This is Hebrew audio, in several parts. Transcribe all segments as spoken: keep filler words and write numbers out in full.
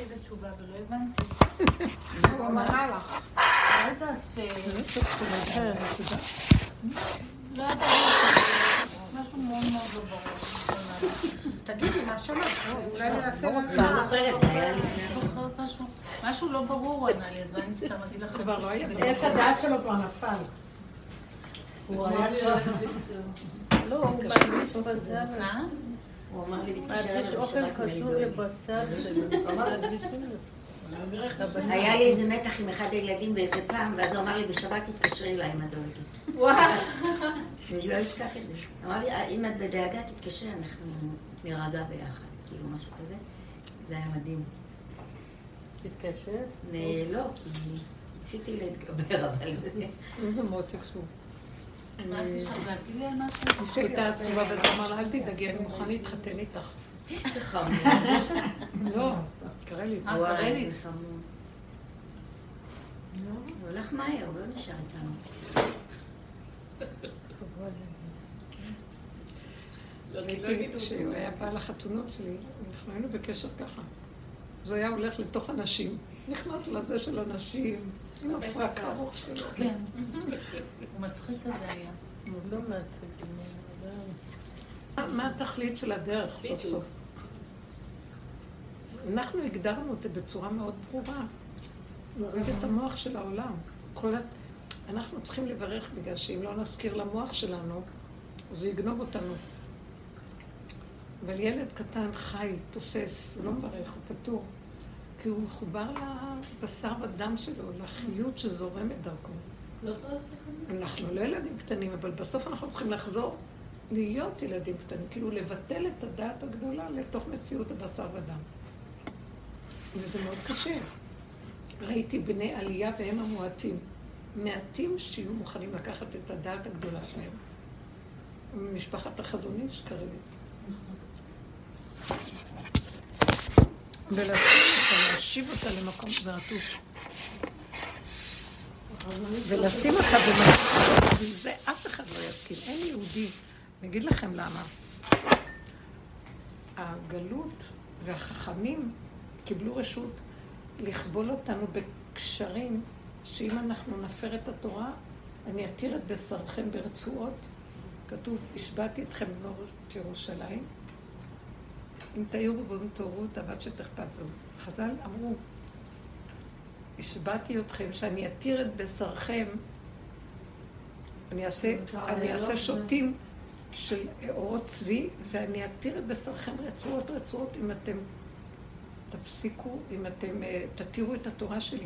איזה תשובה ולא הבנתי. הוא אמרה לך. לא יודעת ש... לא יודעת, משהו מאוד מאוד לא ברור. תגידי, מה שמעת? אולי נעשה לא זוכרת, זה היה משהו. משהו לא ברור הוא ענה לי, אז אני סתם אגיד לך. כבר לא היה. עץ הדעת שלו כבר נפל. הוא היה לי לא, הוא מרגיש בשר. מה? הוא אמר לי, מרגיש אוכל קשור לבשר שלו. היה לי איזה מתח עם אחד הילדים באיזה פעם, ואז הוא אמר לי, בשבת תתקשרי אליי עם הדולגת. וואו. אני לא אשכח את זה. אמר לי, אם את בדאגה תתקשרי, אנחנו נרגע ביחד, כאילו משהו כזה. זה היה מדהים. תתקשר? לא, כי ניסיתי להתגבר, אבל זה... איזה מותק שהוא. אמרתי שגלתי לי על משהו. שהייתה עצובה וזה אמר לה, אל תדאגי, אני מוכן להתחתן איתך. זה חמור. לא, קרא לי. אה, קרא לי. זה חמור. הוא הולך מהר, הוא לא נשאר איתנו. כשהוא היה בא לחתונות שלי, אנחנו היינו בקשר ככה. אז הוא היה הולך לתוך אנשים, נכנס לזה של אנשים, עם הפרק ארוך שלו. כן. הוא מצחיק כזה היה. הוא לא מצחיק. מה התכלית של הדרך סוף סוף? אנחנו הגדרנו אותה בצורה מאוד ברורה. להוריד את המוח של העולם. אנחנו צריכים לברך בגלל שאם לא נזכיר למוח שלנו, אז הוא יגנוב אותנו. אבל ילד קטן חי, תוסס, הוא לא מברך, הוא פתור. כי הוא מחובר לבשר ודם שלו, לחיות שזורמת דרכו. לא צריך לכם? אנחנו לא ילדים קטנים, אבל בסוף אנחנו צריכים לחזור להיות ילדים קטנים, כאילו לבטל את הדעת הגדולה לתוך מציאות הבשר ודם. וזה מאוד קשה. ראיתי בני עלייה והם המועטים. מעטים שיהיו מוכנים לקחת את הדעת הגדולה שלהם. משפחת החזון איש קרא לזה. ולשים אותה, להשיב אותה למקום זרטוט. ולשים אותה במקום. וזה אף אחד לא יסכים. אין יהודי. אני אגיד לכם למה. הגלות והחכמים קיבלו רשות לכבול אותנו בקשרים שאם אנחנו נפר את התורה, אני אתיר את בשרכם ברצועות. כתוב, השבעתי אתכם בנות ירושלים. אם תאירו ואם תאורו תאוות שתחפץ. אז חז"ל אמרו, השבעתי אתכם שאני אתיר את בשרכם, אני אעשה, אני אעשה שוטים של אורות צבי, ואני אתיר את בשרכם רצועות רצועות אם אתם תפסיקו, אם אתם תתירו את התורה שלי.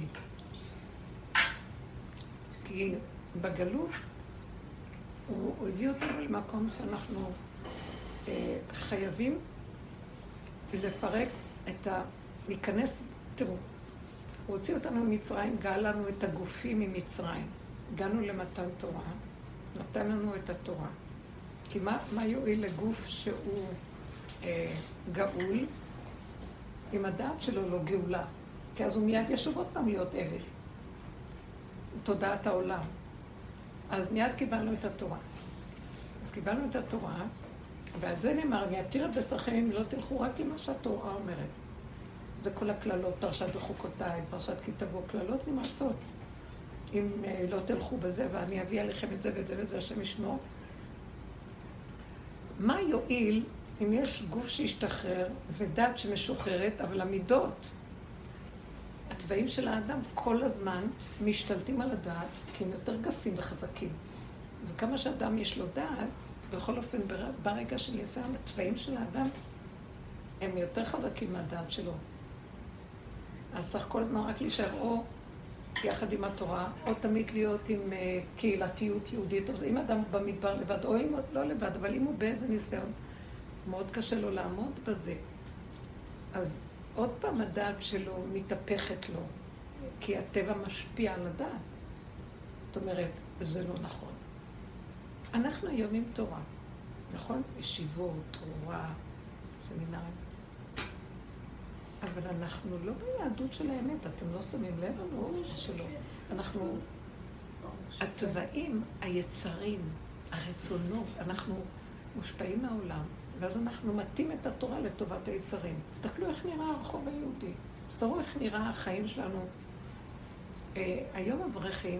כי בגלות הוא, הוא הביא אותנו למקום שאנחנו אה, חייבים לפרק את ה... להיכנס, תראו, הוא הוציא אותנו ממצרים, גאל לנו את הגופים ממצרים. הגענו למתן תורה, נתן לנו את התורה. כי מה, מה יועיל לגוף שהוא אה, גאול, אם הדעת שלו לא גאולה? כי אז הוא מיד ישוב עוד פעם להיות עבד. תודעת העולם. אז מיד קיבלנו את התורה. אז קיבלנו את התורה, ועל זה נאמר, אני אתיר את בשרכם אם לא תלכו רק למה שהתורה אומרת. זה כל הכללות, פרשת בחוקותיי, פרשת כי תבוא, כללות נמרצות. אם לא תלכו בזה ואני אביא עליכם את זה ואת זה וזה, השם ישמור. מה יועיל אם יש גוף שישתחרר ודת שמשוחררת, אבל המידות, הטבעים של האדם כל הזמן משתלטים על הדעת, כי הם יותר גסים וחזקים. וכמה שאדם יש לו דעת, בכל אופן ברגע של יסיים, הטבעים של האדם הם יותר חזקים מהדעת שלו. אז צריך כל הזמן רק להישאר או יחד עם התורה, או תמיד להיות עם uh, קהילתיות יהודית. אם אדם במדבר לבד, או אם לא לבד, אבל אם הוא באיזה ניסיון, מאוד קשה לו לעמוד בזה. אז עוד פעם הדעת שלו מתהפכת לו, כי הטבע משפיע על הדעת. זאת אומרת, זה לא נכון. אנחנו היום עם תורה, נכון? ישיבות, תורה, סמינרים. אבל אנחנו לא ביהדות של האמת, אתם לא שמים לב לנו שלא. אנחנו, הטבעים, היצרים, הרצונות, אנחנו מושפעים מהעולם, ואז אנחנו מתאים את התורה לטובת היצרים. תסתכלו איך נראה הרחוב היהודי. תראו איך נראה החיים שלנו. אה, היום אברכים,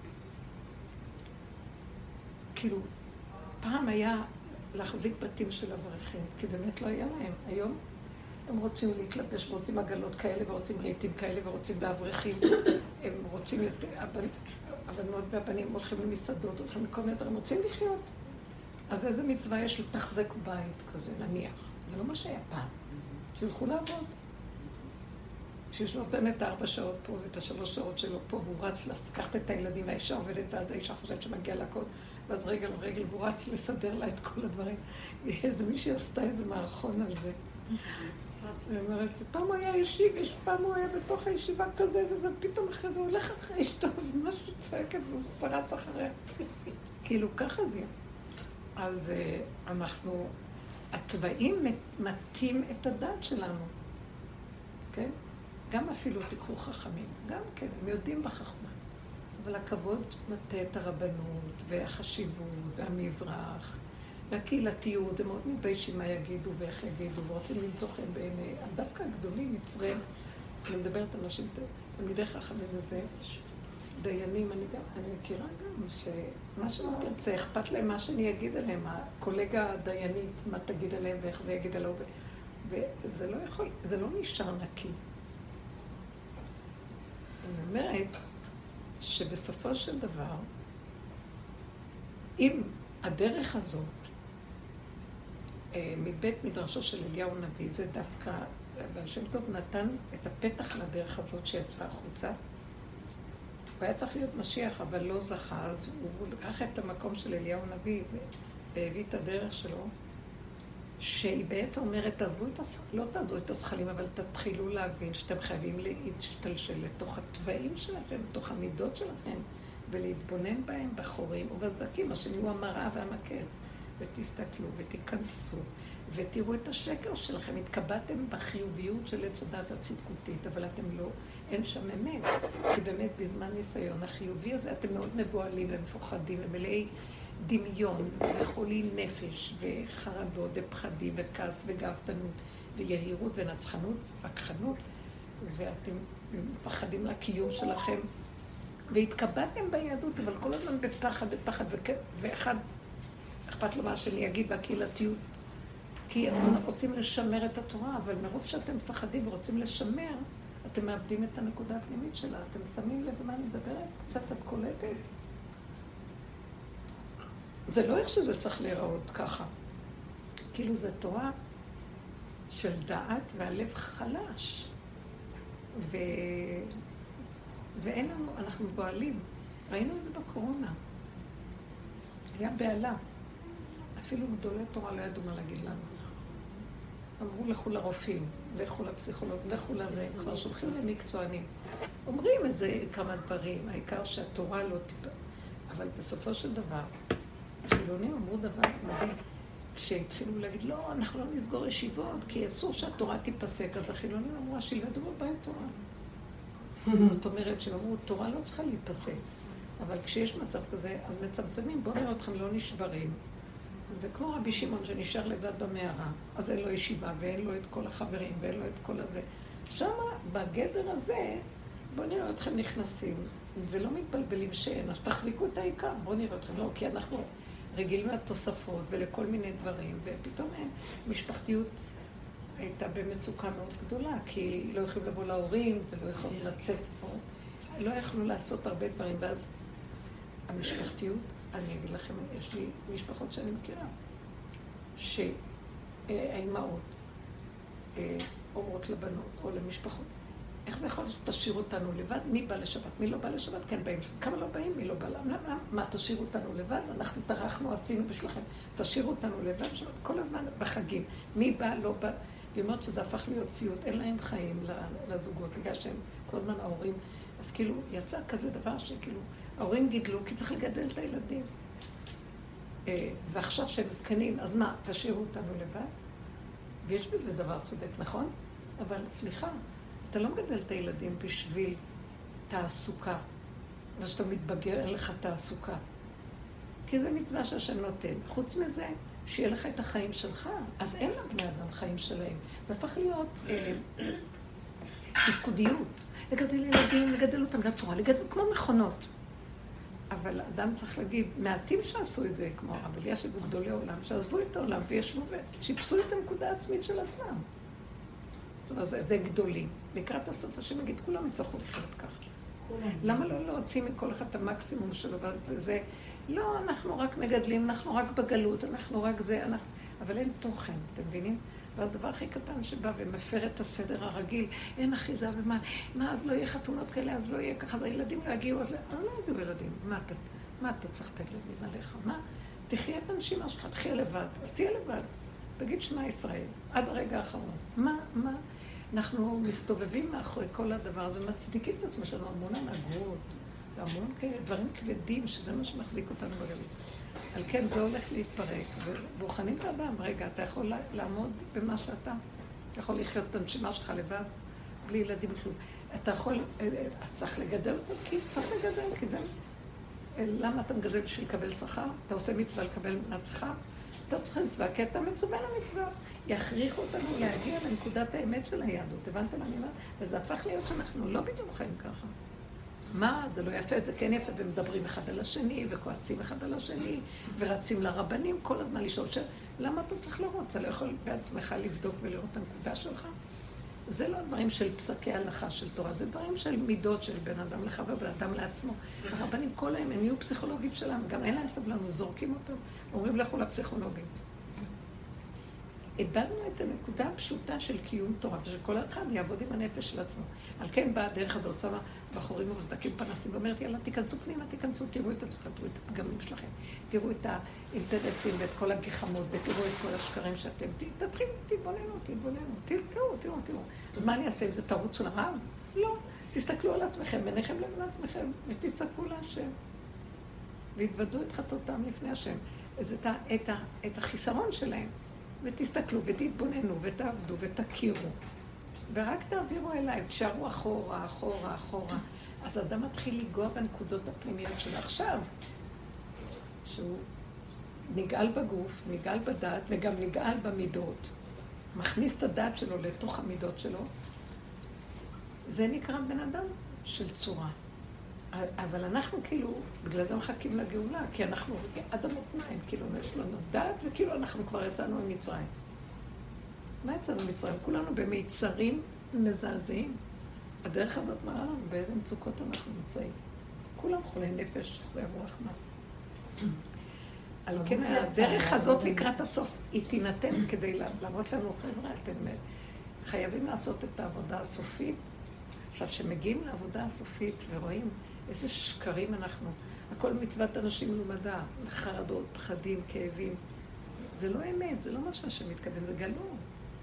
כאילו, פעם היה להחזיק בתים של אברכים, כי באמת לא היה להם. היום הם רוצים להתלבש, רוצים עגלות כאלה, ורוצים רהיטים כאלה, ורוצים באברכים. הם רוצים יותר, הבנות והבנים הולכים למסעדות, הולכים לכל מיני דברים, הם רוצים לחיות. אז איזה מצווה יש לתחזק בית כזה, נניח. זה לא מה שהיה פעם. שילכו לעבוד. שיש נותן את הארבע שעות פה ואת השלוש שעות שלו פה, והוא רץ, לקחת את הילדים, האישה עובדת, ואז האישה חושבת שמגיע לה הכל, ואז רגל רגל, והוא רץ לסדר לה את כל הדברים. ואיזה מישהי עשתה איזה מערכון על זה. ואומרת, פעם הוא היה ישיב, פעם הוא היה בתוך הישיבה כזה, וזה פתאום אחרי זה הולך אחרי אשתו, ומשהו צועקת, והוא שרץ אחריה. כאילו, ככה זה. אז אנחנו, הטבעים מטים את הדת שלנו, כן? גם אפילו תיקחו חכמים, גם כן, הם יודעים בחכמה. אבל הכבוד מטה את הרבנות, והחשיבות, והמזרח, והקהילתיות, הם מאוד מתביישים מה יגידו ואיך יגידו, ורוצים למצוא חן בעיני, דווקא הגדולים, יצרם, אני מדברת על אנשים, תלמידי חכמים הזה, דיינים, אני גם, אני מכירה גם, שמה שלא תרצה, אכפת להם מה שאני אגיד עליהם, הקולגה הדיינית, מה תגיד עליהם ואיך זה יגיד עליו, וזה לא יכול, זה לא נשאר נקי. אני אומרת שבסופו של דבר, אם הדרך הזאת, מבית מדרשו של אליהו הנביא, זה דווקא, אבל שם טוב נתן את הפתח לדרך הזאת שיצאה החוצה. הוא היה צריך להיות משיח, אבל לא זכה, אז הוא לקח את המקום של אליהו הנביא והביא את הדרך שלו, שהיא בעצם אומרת, תעזבו את השכלים, לא תעזבו את השכלים, אבל תתחילו להבין שאתם חייבים להשתלשל לתוך הטבעים שלכם, לתוך המידות שלכם, ולהתבונן בהם בחורים ובסדקים, השני הוא המראה והמקל. ותסתכלו ותיכנסו ותראו את השקר שלכם. התקבעתם בחיוביות של עץ הדת הצדקותית, אבל אתם לא, אין שם אמת. כי באמת בזמן ניסיון החיובי הזה אתם מאוד מבועלים ומפוחדים ומלאי דמיון וחולי נפש וחרדות ופחדים וכעס וגאוותנות ויהירות ונצחנות וכחנות, ואתם מפחדים לקיום שלכם. והתקבעתם ביהדות, אבל כל הזמן בפחד ופחד ואחד אכפת לו מה שאני אגיד בקהילתיות, כי אתם רוצים לשמר את התורה, אבל מרוב שאתם מפחדים ורוצים לשמר, אתם מאבדים את הנקודה הפנימית שלה. אתם שמים לב מה אני מדברת? קצת את קולטת? זה לא איך שזה צריך להיראות ככה. כאילו זה תורה של דעת והלב חלש. ו... ואין לנו, אנחנו מבועלים. ראינו את זה בקורונה. היה בעלה. אפילו גדולי תורה לא ידעו מה להגיד לנו. אמרו לכו לרופאים, לכו לפסיכולוג, לכו לזה, כבר שולחים למקצוענים. אומרים איזה כמה דברים, העיקר שהתורה לא טיפה. אבל בסופו של דבר, החילונים אמרו דבר מדהים. כשהתחילו להגיד, לא, אנחנו לא נסגור ישיבות, כי אסור שהתורה תיפסק. אז החילונים אמרו, שילמדו בבית תורה. זאת אומרת שהם אמרו, תורה לא צריכה להיפסק. אבל כשיש מצב כזה, אז מצמצמים, בואו נראה אתכם לא נשברים. וכמו רבי שמעון שנשאר לבד במערה, אז אין לו ישיבה ואין לו את כל החברים ואין לו את כל הזה. שם, בגדר הזה, בואו נראה אתכם נכנסים ולא מתבלבלים שאין, אז תחזיקו את העיקר, בואו נראה אתכם. לא, כי אנחנו רגילים לתוספות ולכל מיני דברים, ופתאום אין. משפחתיות הייתה במצוקה מאוד גדולה, כי לא יכולים לבוא להורים ולא יכולים לצאת פה. לא יכלו לעשות הרבה דברים, ואז המשפחתיות, אני אגיד לכם, יש לי משפחות שאני מכירה, שהאימהות אומרות לבנות או למשפחות, איך זה יכול שתשאירו אותנו לבד? מי בא לשבת? מי לא בא לשבת? כן באים. כמה לא באים? מי לא בא? למה? מה, תשאירו אותנו לבד? אנחנו טרחנו, עשינו בשבילכם. תשאירו אותנו לבד, כל הזמן בחגים. מי בא? לא בא. והיא אומרת שזה הפך להיות סיוט. אין להם חיים לזוגות, בגלל שהם כל הזמן ההורים. אז כאילו יצא כזה דבר שכאילו ההורים גידלו, כי צריך לגדל את הילדים. ועכשיו שהם זקנים, אז מה, תשאירו אותנו לבד? ויש בזה דבר צודק, נכון? אבל סליחה, אתה לא מגדל את הילדים בשביל תעסוקה. ושאתה מתבגר, אין לך תעסוקה. כי זה מצווה שהשם נותן. חוץ מזה, שיהיה לך את החיים שלך, אז אין לבני אדם חיים שלהם. זה הפך להיות אה, תפקודיות. לגדל ילדים, לגדל אותם לתורה, לגדל כמו מכונות. אבל אדם צריך להגיד, מעטים שעשו את זה, כמו הרב אלישיב וגדולי עולם, שעזבו את העולם וישבו ושיפסו את הנקודה העצמית של עצמם. זאת אומרת, זה, זה גדולים. לקראת הסוף השם יגיד, כולם יצטרכו לחיות ככה. למה לא להוציא מכל אחד את המקסימום שלו? זה, לא, אנחנו רק מגדלים, אנחנו רק בגלות, אנחנו רק זה, אנחנו... אבל אין תוכן, אתם מבינים? ואז דבר הכי קטן שבא ומפר את הסדר הרגיל, אין אחיזה ומה, מה, אז לא יהיה חתונות כאלה, אז לא יהיה ככה, אז הילדים לא יגיעו, אז לא, אז לא יגיעו ילדים. מה אתה, מה אתה צריך את הילדים עליך? מה? תחיה את הנשימה שלך, תחיה לבד, אז תהיה לבד. תגיד שמע ישראל, עד הרגע האחרון. מה, מה? אנחנו מסתובבים מאחורי כל הדבר הזה, מצדיקים את עצמם, שלנו המון הנהגות, והמון כאלה דברים כבדים, שזה מה שמחזיק אותנו בגלות. על כן זה הולך להתפרק, ובוחנים את האדם, רגע, אתה יכול לעמוד במה שאתה, אתה יכול לחיות את הנשימה שלך לבד, בלי ילדים כלום. אתה יכול, צריך לגדל אותו, כי צריך לגדל, כי זה... למה אתה מגדל בשביל לקבל שכר? אתה עושה מצווה לקבל שכר? אתה צריך מצווה, כי אתה מצווה למצווה. יכריחו אותנו להגיע לנקודת האמת של היהדות, הבנתם מה אני אומרת? וזה הפך להיות שאנחנו לא בדיוק חיים ככה. מה? זה לא יפה, זה כן יפה, ומדברים אחד על השני, וכועסים אחד על השני, ורצים לרבנים כל הזמן לשאול ש... למה אתה צריך לראות? אתה לא יכול בעצמך לבדוק ולראות את הנקודה שלך? זה לא דברים של פסקי הלכה של תורה, זה דברים של מידות של בן אדם לחבר, בן אדם לעצמו. הרבנים כל הם, הם יהיו פסיכולוגים שלהם, גם אין להם סבלנות, זורקים אותם, אומרים לכו לפסיכולוגים. איבדנו את הנקודה הפשוטה של קיום תורה, ושכל אחד יעבוד עם הנפש של עצמו. על כן באה הדרך הזאת, שמה בחורים ובסדקים פנסים, ואומרת, יאללה, תיכנסו פנימה, תיכנסו, תראו את עצמכם, תראו את הפגמים שלכם, תראו את האינטרסים ואת כל הגיחמות, ותראו את כל השקרים שאתם, תתחילו, תתבוננו, תתבוננו, תראו, תראו, תראו. אז מה אני אעשה אם זה תרוץ של הרב? לא. תסתכלו על עצמכם, ביניכם לבין עצמכם, ותצעקו להשם. והתוודו את חטאותם לפני השם. אז את, את, את החיסרון שלהם. ותסתכלו ותתבוננו ותעבדו ותכירו. ורק תעבירו אליי, תשארו אחורה, אחורה, אחורה. אז אדם מתחיל לגוע בנקודות הפנימיות של עכשיו, שהוא נגעל בגוף, נגעל בדעת וגם נגעל במידות. מכניס את הדעת שלו לתוך המידות שלו. זה נקרא בן אדם של צורה. אבל אנחנו כאילו, בגלל זה מחכים לגאולה, כי אנחנו עד המותניים, כאילו יש לנו דעת, וכאילו אנחנו כבר יצאנו ממצרים. מה יצאנו ממצרים? כולנו במיצרים מזעזעים. הדרך הזאת מראה לנו באיזה מצוקות אנחנו נמצאים. כולם חולי נפש, חולי רחמה. על כן הדרך הזאת לקראת הסוף היא תינתן כדי להראות לנו, חבר'ה, אתם חייבים לעשות את העבודה הסופית. עכשיו, שמגיעים לעבודה הסופית ורואים איזה שקרים אנחנו, הכל מצוות אנשים מלומדה, חרדות, פחדים, כאבים. זה לא אמת, זה לא מה שהשם מתכוון, זה גלום.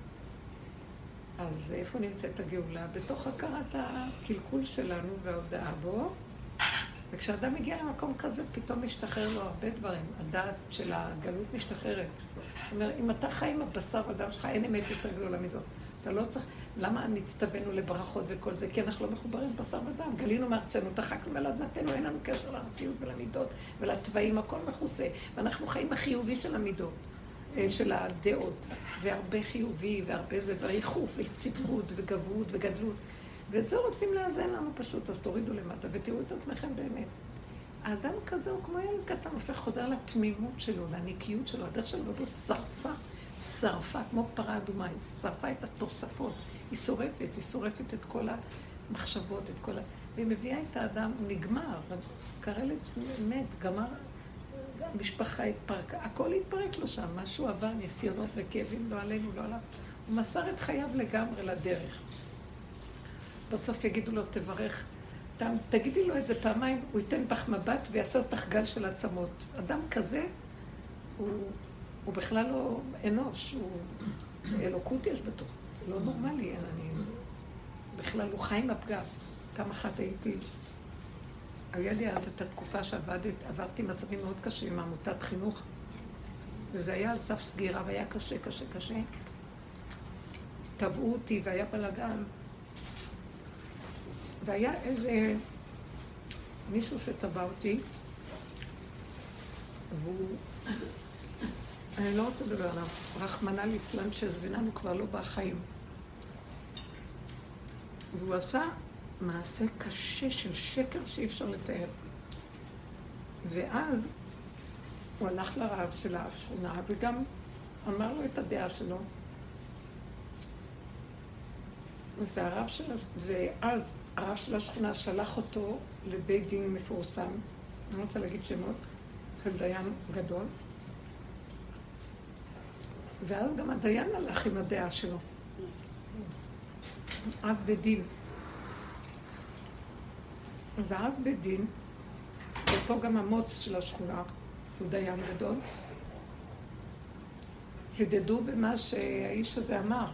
אז איפה נמצאת הגאולה? בתוך הכרת הקלקול שלנו וההודעה בו. וכשאדם מגיע למקום כזה, פתאום משתחרר לו הרבה דברים. הדעת של הגלות משתחררת. זאת אומרת, אם אתה חי עם הבשר ודם שלך, אין אמת יותר גדולה מזאת. אתה לא צריך... למה נצטווינו לברכות וכל זה? כי אנחנו לא מחוברים בשר ודם. גלינו מארצנו, תחקנו על אדמתנו, אין לנו קשר לארציות ולמידות ולטבעים, הכל מכוסה. ואנחנו חיים בחיובי של המידות, של הדעות. והרבה חיובי והרבה זה, וריחוף וצדקות וגברות וגדלות. ואת זה רוצים לאזן לנו פשוט, אז תורידו למטה ותראו את עצמכם באמת. האדם כזה הוא כמו ילד קטן, הופך חוזר לתמימות שלו, לנקיות שלו, הדרך שלו בבו שרפה, שרפה, כמו פרה אדומה, היא שרפה את התוספות, היא שורפת, היא שורפת את כל המחשבות, את כל ה... והיא מביאה את האדם, הוא נגמר, קרלץ מת, גמר, המשפחה התפרקה, הכל התפרק לו שם, משהו עבר, ניסיונות וכאבים, לא עלינו, לא עליו, הוא מסר את חייו לגמרי לדרך. בסוף יגידו לו, תברך, תגידי לו את זה פעמיים, הוא ייתן בך מבט ויעשה אותך גל של עצמות. אדם כזה, הוא, הוא בכלל לא אנוש, הוא אלוקות יש בתוך, זה לא נורמלי, אני, בכלל הוא חי עם הפגב. פעם אחת הייתי, היה לי אז את התקופה שעברתי מצבים מאוד קשים עם עמותת חינוך, וזה היה על סף סגירה והיה קשה, קשה, קשה. טבעו אותי והיה בלגן. והיה איזה מישהו שטבע אותי, והוא, אני לא רוצה לדבר עליו, רחמנא ליצלן שהזביננו כבר לא בחיים. והוא עשה מעשה קשה של שקר שאי אפשר לתאר. ואז הוא הלך לרב של השכונה וגם אמר לו את הדעה שלו. והרב של... ואז הרב של השכונה שלח אותו לבית דין מפורסם, אני רוצה להגיד שמות, של דיין גדול. ואז גם הדיין הלך עם הדעה שלו. אב בית דין. ואב בית דין, ופה גם המוץ של השכונה, שהוא דיין גדול, צידדו במה שהאיש הזה אמר.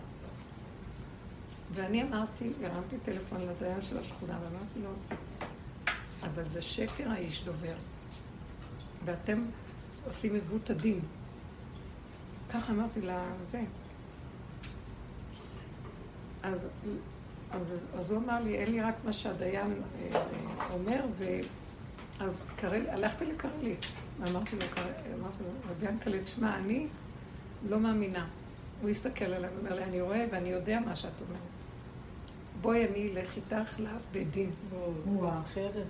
ואני אמרתי, הרמתי טלפון לדיין של השכונה, ואמרתי לו, אבל זה שקר האיש דובר, ואתם עושים עיוות הדין. ככה אמרתי לזה. אז, אז הוא אמר לי, אין לי רק מה שהדיין אה, אומר, ואז קרל, הלכתי לקרלית. אמרתי לו, אמרתי לו, רביין קלט, שמע, אני לא מאמינה. הוא הסתכל עליי ואומר לי, אני רואה ואני יודע מה שאת אומרת. בואי אני אלך איתך לאב בית דין. וואו, אחרת.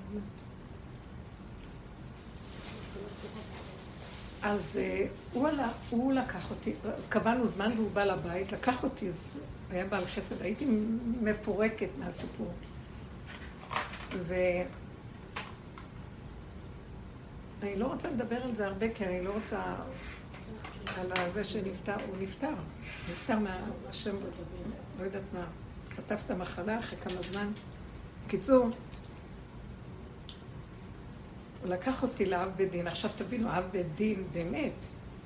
אז uh, הוא, עלה, הוא לקח אותי, אז קבענו זמן והוא בא לבית, לקח אותי, אז היה בעל חסד, הייתי מפורקת מהסיפור. ואני לא רוצה לדבר על זה הרבה, כי אני לא רוצה על זה שנפטר, הוא נפטר, נפטר מהשם, לא יודעת מה, כתב את המחלה אחרי כמה זמן. קיצור, הוא לקח אותי לאב בית דין. עכשיו תבינו, אב בית דין באמת,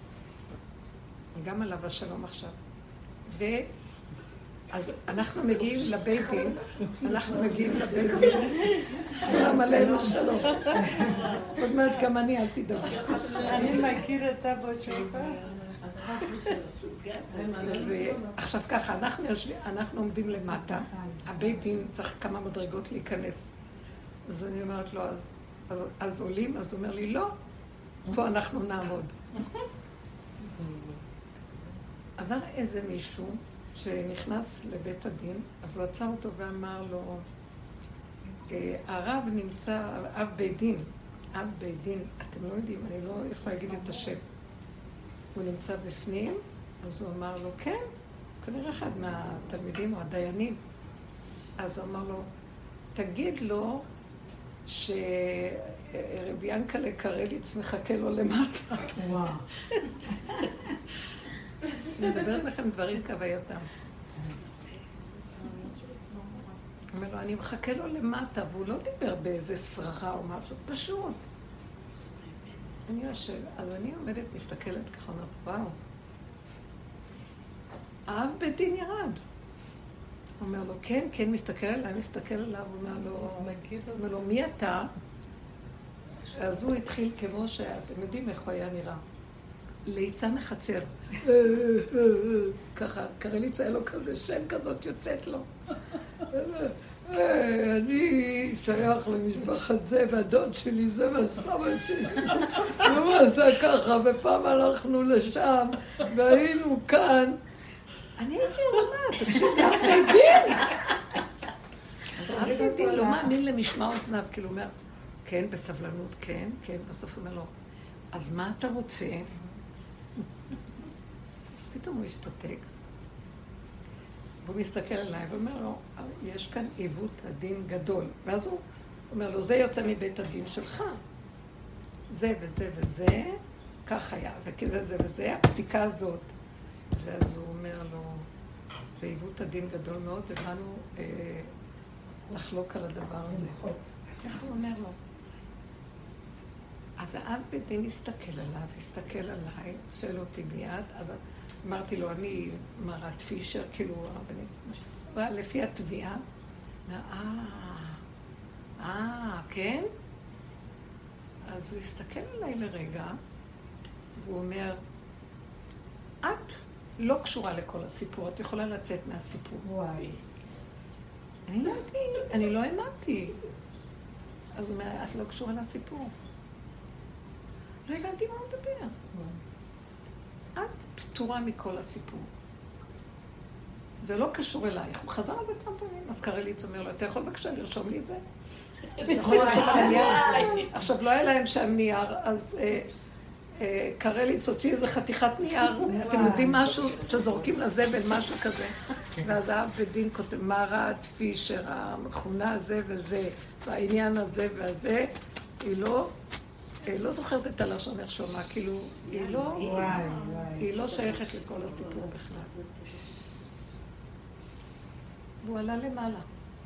גם עליו השלום עכשיו. ואז אנחנו מגיעים לבית דין, אנחנו מגיעים לבית דין, כולם עלינו שלום. עוד מעט גם אני, אל תדבר. אני מכיר את אבא שלך. עכשיו ככה, אנחנו, יושבים, אנחנו עומדים למטה, הבית דין צריך כמה מדרגות להיכנס. אז אני אומרת לו, אז, אז, אז עולים, אז הוא אומר לי, לא, פה אנחנו נעמוד. עבר איזה מישהו שנכנס לבית הדין, אז הוא עצר אותו ואמר לו, הרב נמצא, אב בית דין, אב בית דין, אתם לא יודעים, אני לא יכולה להגיד את השם. הוא נמצא בפנים, אז הוא אמר לו, כן, כנראה אחד מהתלמידים או הדיינים. אז הוא אמר לו, תגיד לו שרבי ינקלה קרליץ מחכה לו למטה. וואו. אני מדברת לכם דברים כווייתם. הוא אומר לו, אני מחכה לו למטה, והוא לא דיבר באיזה שרחה או משהו, פשוט. אני יושב, אז אני עומדת, מסתכלת ככה, אומרת, וואו. האב בית דין ירד. הוא אומר לו, כן, כן, מסתכל עליי, מסתכל עליו, הוא אומר לו, אומר לו, מי אתה? אז הוא התחיל כמו שאתם יודעים איך הוא היה נראה. ליצן החצר. ככה, קרליצה היה לו כזה שם כזאת, יוצאת לו. אני שייך למשפחת זה, והדוד שלי זה והסבא שלי. והוא עשה ככה, ופעם הלכנו לשם, והיינו כאן. אני הייתי אומרת, תקשיב, זה אב בית דין. אז אב בית דין לא מאמין למשמע אוזניו, כאילו הוא אומר, כן, בסבלנות, כן, כן, בסוף הוא אומר לו, אז מה אתה רוצה? אז פתאום הוא השתתק. והוא מסתכל עליי ואומר לו, יש כאן עיוות הדין גדול. ואז הוא אומר לו, זה יוצא מבית הדין שלך. זה וזה וזה, כך היה, וזה וזה, הפסיקה הזאת. ואז הוא אומר לו, זה עיוות הדין גדול מאוד, ובאנו אה, לחלוק על הדבר הזה. איך הוא אומר לו? אז האב בית דין הסתכל עליו, הסתכל עליי, שואל אותי ביד, אז אמרתי לו, אני מרת פישר, כאילו, הרבנית, לפי התביעה, אה, אה, כן? אז הוא הסתכל עליי לרגע, והוא אומר, את לא קשורה לכל הסיפור, את יכולה לצאת מהסיפור. וואי. אני לא יודעת, אני לא האמנתי. אז הוא אומר, את לא קשורה לסיפור. לא הבנתי מה הוא מדבר. את פטורה מכל הסיפור. זה לא קשור אלייך. הוא חזר על זה כמה פעמים. אז קרליץ אומר לו, אתה יכול בבקשה לרשום לי את זה? יכול לרשום על הנייר? עכשיו, לא היה להם שם נייר, אז קרליץ הוציא איזה חתיכת נייר, אתם יודעים משהו שזורקים לזבל, משהו כזה. ואז האב בדין כותב, מרת פישר, המכונה הזה וזה, והעניין הזה והזה, היא לא... לא זוכרת את הלשון איך שומע, כאילו, היא לא, היא לא שייכת לכל הסיפור בכלל. והוא עלה למעלה.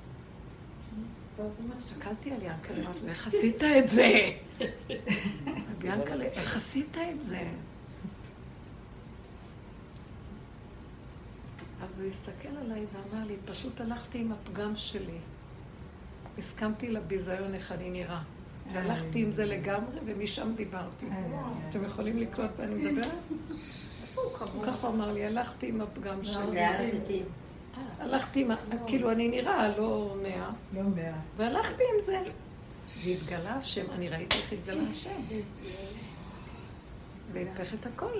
שקלתי על ינקלה, אמרתי לו, איך עשית את זה? ינקלה, איך עשית את זה? אז הוא הסתכל עליי ואמר לי, פשוט הלכתי עם הפגם שלי. הסכמתי לביזיון איך אני נראה. והלכתי עם זה לגמרי, ומשם דיברתי. אתם יכולים לקלוט ואני מדברת? ככה הוא אמר לי, הלכתי עם הפגם שלי. הלכתי עם, כאילו אני נראה, לא מאה. לא מאה. והלכתי עם זה. והתגלה השם, אני ראיתי איך התגלה השם. והפך את הכל.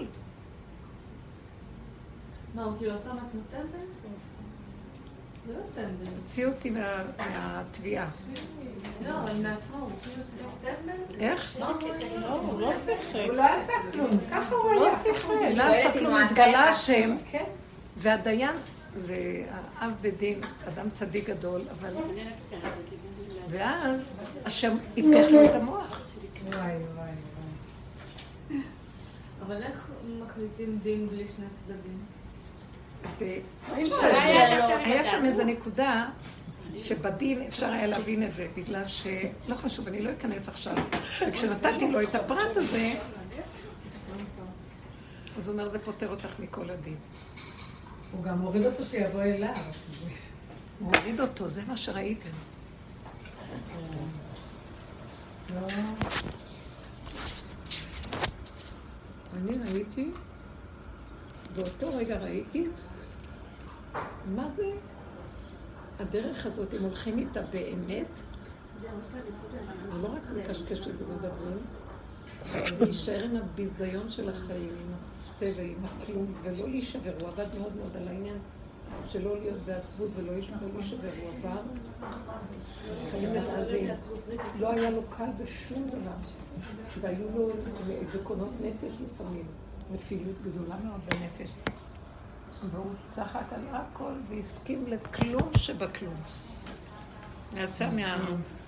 מה, הוא כאילו עושה מסנו טמבל? לא טמבל. הציעו אותי מהתביעה. לא, אבל מעצמו, הוא כאילו עושה טמבל? איך? לא, הוא לא שיחק. הוא לא עשה כלום, ככה הוא היה. לא שיחק. לא עשה כלום, התגלה השם. והדיין, והאב בדין, אדם צדיק גדול, אבל... ואז השם היפך לו את המוח. וואי, וואי, וואי. אבל איך מחליטים דין בלי שני צדדים? אז היה שם איזו נקודה שבדין אפשר היה להבין את זה, בגלל שלא חשוב, אני לא אכנס עכשיו. וכשנתתי לו את הפרט הזה, אז הוא אומר, זה פותר אותך מכל הדין. הוא גם הוריד אותו שיבוא אליו. הוא הוריד אותו, זה מה שראיתם. לא. אני ראיתי, באותו רגע ראיתי, מה זה? הדרך הזאת, הם הולכים איתה באמת, זה לא רק מקשקשת ומדברים, אבל להישאר עם הביזיון של החיים, עם הסבל, עם הכלום, ולא להישבר. הוא עבד מאוד מאוד על העניין שלא להיות בעצבות ולא להישבר. הוא עבר חיים מזעזעים. לא היה לו קל בשום דבר, והיו לו דקונות נפש לפעמים, נפילות גדולה מאוד בנפש. והוא צחק על הכל והסכים לכלום שבכלום. יצא מה...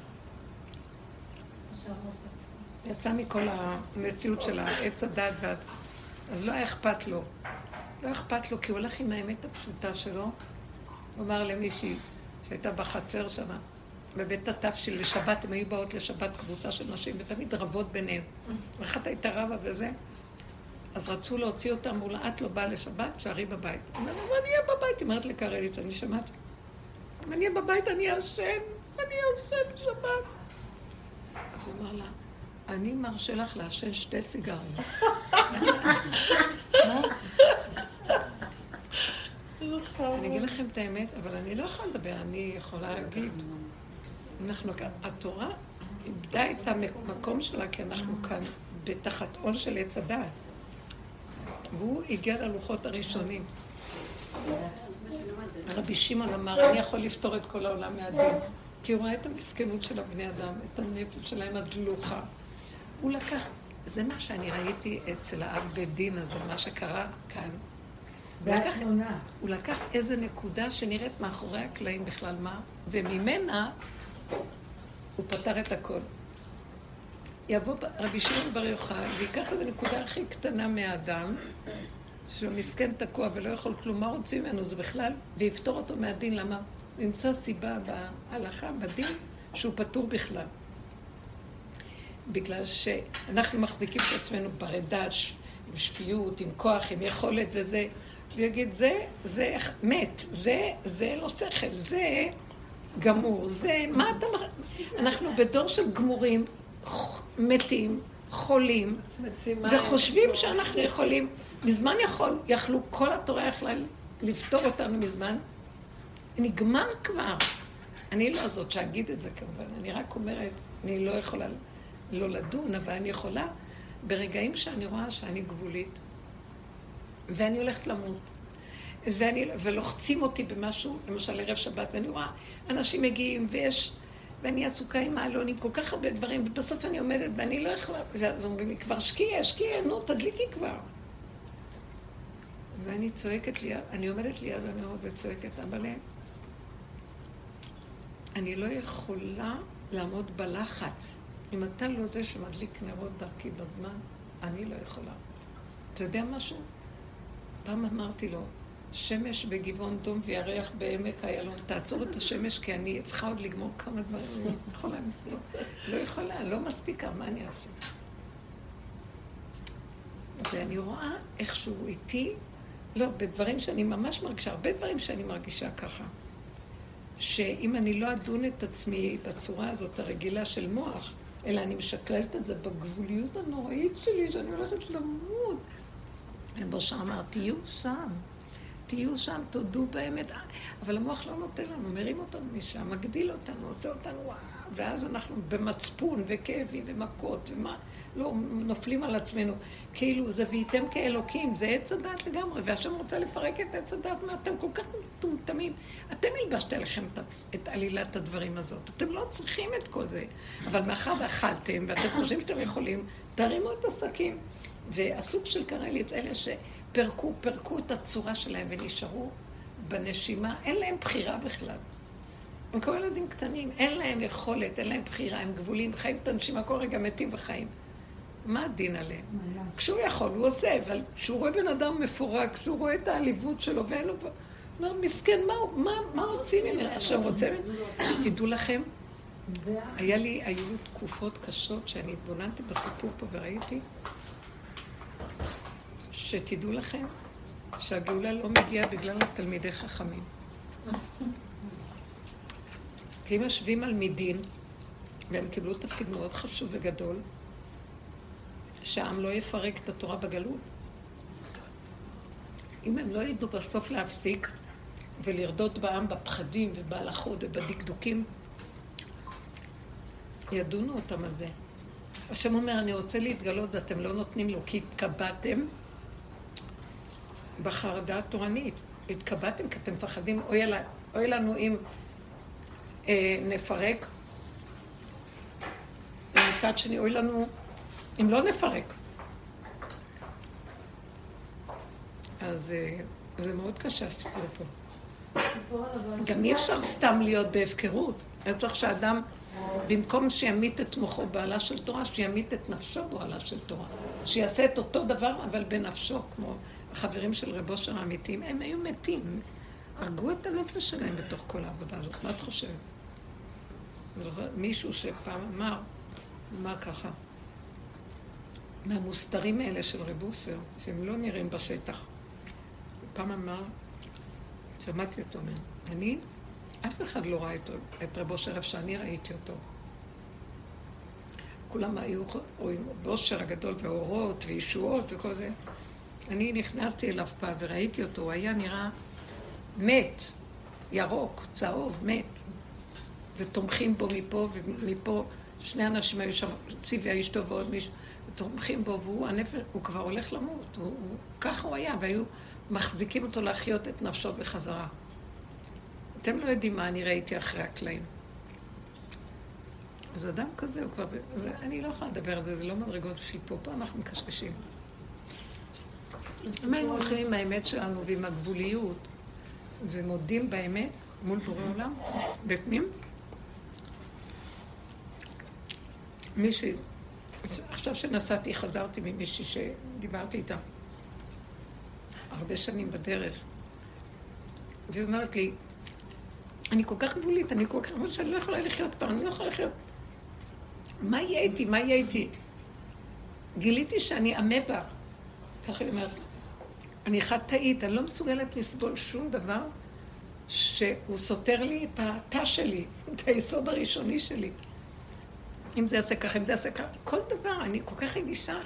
יצא מכל המציאות של העץ הדת ועד... אז לא היה אכפת לו. לא אכפת לו, כי הוא הולך עם האמת הפשוטה שלו. הוא אמר למישהי שהייתה בחצר שנה, בבית הטף של לשבת, הם היו באות לשבת קבוצה של נשים, ותמיד רבות ביניהם. אחת הייתה רבה וזה. אז רצו להוציא אותה, אמרו לה, את לא באה לשבת, שערי בבית. היא אומרת, אני אהיה בבית, היא אומרת לקרליץ, אני שמעתי. אם אני אהיה בבית, אני אשם, אני אשם שבת. אז הוא אמר לה, אני מרשה לך לעשן שתי סיגריות. אני אגיד לכם את האמת, אבל אני לא יכולה לדבר, אני יכולה להגיד. אנחנו כאן, התורה איבדה את המקום שלה, כי אנחנו כאן בתחת עול של עץ הדעת. והוא הגיע ללוחות הראשונים. רבי שמעון אמר, אני יכול לפתור את כל העולם מהדין. כי הוא ראה את המסכנות של הבני אדם, את הנפש שלהם הדלוחה. הוא לקח, זה מה שאני ראיתי אצל האב בית דין הזה, מה שקרה כאן. זה התמונה. הוא לקח איזו נקודה שנראית מאחורי הקלעים בכלל מה, וממנה הוא פתר את הכל. יבוא רבי שמעון בר יוחאי ויקח איזו נקודה הכי קטנה מהאדם, שהוא מסכן תקוע ולא יכול כלום, מה רוצים ממנו זה בכלל, ויפתור אותו מהדין. למה? הוא ימצא סיבה בהלכה, בדין, שהוא פטור בכלל. בגלל שאנחנו מחזיקים את עצמנו ברדה, עם שפיות, עם כוח, עם יכולת וזה, ויגיד, זה, זה מת, זה, זה לא שכל, זה גמור, זה, מה אתה... אנחנו בדור של גמורים, מתים, חולים, וחושבים שאנחנו יכולים, מזמן יכול, יכלו, כל התורה יכלה לפתור אותנו מזמן, נגמר כבר. אני לא זאת שאגיד את זה כמובן, אני רק אומרת, אני לא יכולה לא לדון, אבל אני יכולה ברגעים שאני רואה שאני גבולית, ואני הולכת למות, ואני, ולוחצים אותי במשהו, למשל ערב שבת, ואני רואה, אנשים מגיעים ויש, ואני עסוקה עם העלונים, כל כך הרבה דברים, ובסוף אני עומדת ואני לא יכולה, ואז אומרים לי, כבר שקיע, שקיע, נו, תדליקי כבר. ואני צועקת ליד, אני עומדת ליד הנרות וצועקת, אבל אני לא יכולה לעמוד בלחץ. אם אתה לא זה שמדליק נרות דרכי בזמן, אני לא יכולה. אתה יודע משהו? פעם אמרתי לו, שמש בגבעון דום וירח בעמק איילון, תעצור את השמש כי אני צריכה עוד לגמור כמה דברים, אני לא יכולה לסבול. לא יכולה, לא מספיקה, מה אני אעשה? ואני רואה איכשהו איתי, לא, בדברים שאני ממש מרגישה, הרבה דברים שאני מרגישה ככה, שאם אני לא אדון את עצמי בצורה הזאת הרגילה של מוח, אלא אני משקללת את זה בגבוליות הנוראית שלי, שאני הולכת למות. ובושר אמר, תהיו שם, תהיו שם, תודו באמת. אבל המוח לא נותן לנו, מרים אותנו משם, מגדיל אותנו, עושה אותנו, וואו. ואז אנחנו במצפון וכאבים ומכות, ומה, לא, נופלים על עצמנו. כאילו, זה והייתם כאלוקים, זה עץ הדעת לגמרי, והשם רוצה לפרק את עץ הדעת, מה אתם כל כך מטומטמים. אתם הלבשת עליכם את עלילת הדברים הזאת. אתם לא צריכים את כל זה. אבל מאחר ואכלתם, ואתם חושבים שאתם יכולים, תרימו את הסכים. והסוג של קרליץ, אלה שפרקו, פרקו את הצורה שלהם ונשארו בנשימה, אין להם בחירה בכלל. הם כמו ילדים קטנים, אין להם יכולת, אין להם בחירה, הם גבולים, חיים את הנשימה, כל רגע מתים וחיים. מה הדין עליהם? כשהוא יכול, הוא עושה, אבל כשהוא רואה בן אדם מפורק, כשהוא רואה את העליבות שלו, ואין לו כבר, לא, מסכן, מה, מה, מה רוצים ממנו? עכשיו רוצה, תדעו לכם, היה לי, היו תקופות קשות שאני התבוננתי בסיפור פה וראיתי, שתדעו לכם שהגאולה לא מגיעה בגלל התלמידי חכמים. כי הם יושבים על מידין, והם קיבלו תפקיד מאוד חשוב וגדול, שהעם לא יפרק את התורה בגלות. אם הם לא ידעו בסוף להפסיק ולרדות בעם בפחדים ובהלכות ובדקדוקים, ידונו אותם על זה. השם אומר, אני רוצה להתגלות ואתם לא נותנים לו, כי התקבעתם בחרדה התורנית. התקבעתם כי אתם מפחדים, אוי, אל, אוי לנו אם אה, נפרק. ומצד שני, אוי לנו אם לא נפרק. אז אה, זה מאוד קשה הסיפור פה. גם אי אפשר סתם להיות בהפקרות. היה צריך שאדם, במקום שימית את מוחו בעלה של תורה, שימית את נפשו בעלה של תורה. שיעשה את אותו דבר, אבל בנפשו, כמו החברים של רב אושר האמיתיים, הם היו מתים. הרגו את הנפש שלהם בתוך כל העבודה הזאת. מה את חושבת? מישהו שפעם אמר, אמר ככה, מהמוסתרים האלה של רב אושר, שהם לא נראים בשטח. פעם אמר, שמעתי אותו מהם, אני, אף אחד לא ראה את, את רב אושר איפה שאני ראיתי אותו. כולם היו רואים באושר הגדול ואורות וישועות וכל זה. אני נכנסתי אליו פעם וראיתי אותו, הוא היה נראה מת, ירוק, צהוב, מת. ותומכים בו מפה ומפה, שני אנשים היו שם, ציווי אשתו ועוד מישהו, ותומכים בו והוא הנפש, הוא כבר הולך למות, הוא, הוא, ככה הוא היה, והיו מחזיקים אותו להחיות את נפשו בחזרה. אתם לא יודעים מה אני ראיתי אחרי הקלעים. אז אדם כזה הוא כבר... זה, אני לא יכולה לדבר על זה, זה לא מדרגות בשביל פה, פה אנחנו מקשקשים. אם היינו הולכים עם האמת שלנו ועם הגבוליות, ומודים באמת מול בורא עולם, בפנים, מישהי... עכשיו שנסעתי, חזרתי ממישהי שדיברתי איתה הרבה שנים בדרך, והיא אומרת לי, אני כל כך גבולית, אני כל כך גבולית שאני לא יכולה לחיות פעם, אני לא יכולה לחיות. מה יהיה איתי? מה יהיה איתי? גיליתי שאני אמבה. ככה היא אומרת, אני חטאית, אני לא מסוגלת לסבול שום דבר שהוא סותר לי את התא שלי, את היסוד הראשוני שלי. אם זה יעשה ככה, אם זה יעשה ככה, כל דבר, אני כל כך רגישה.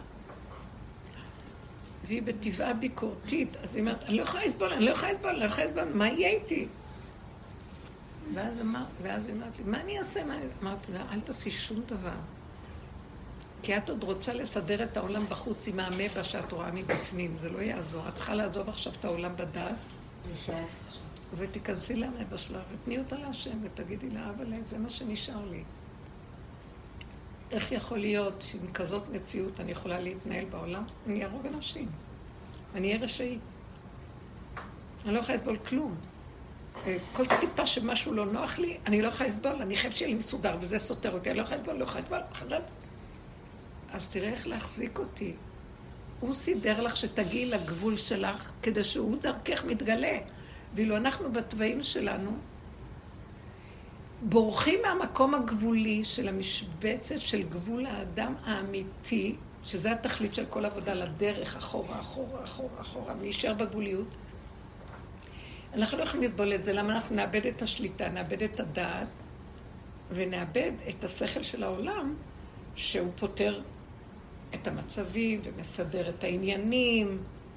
והיא בטבעה ביקורתית, אז היא אומרת, אני לא יכולה לסבול, אני לא יכולה לסבול, אני לא יכולה לסבול, מה יהיה איתי? ואז אמר, ואז היא אמרת לי, מה אני אעשה? מה אני... אמרתי לה, אל תעשי שום דבר. כי את עוד רוצה לסדר את העולם בחוץ עם האמבה שאת רואה מבפנים, זה לא יעזור. את צריכה לעזוב עכשיו את העולם בדעת ותיכנסי לנבע שלה, ותני אותה להשם, ותגידי לה, אבל זה מה שנשאר לי. איך יכול להיות שעם כזאת מציאות אני יכולה להתנהל בעולם? אני ארוג אנשים. אני אהיה רשאית. אני לא יכולה לסבול כלום. כל טיפה שמשהו לא נוח לי, אני לא יכולה לסבול, אני חייב שיהיה לי מסודר, וזה סותר אותי, אני לא יכולה לסבול, לא יכולה לסבול, חזרת. אז תראה איך להחזיק אותי. הוא סידר לך שתגיעי לגבול שלך, כדי שהוא דרכך מתגלה. ואילו אנחנו בטבעים שלנו, בורחים מהמקום הגבולי של המשבצת של גבול האדם האמיתי, שזה התכלית של כל עבודה לדרך, אחורה, אחורה, אחורה, אחורה, וישאר בגבוליות. אנחנו לא יכולים לסבול את זה, למה אנחנו נאבד את השליטה, נאבד את הדעת, ונאבד את השכל של העולם, שהוא פותר את המצבים, ומסדר את העניינים,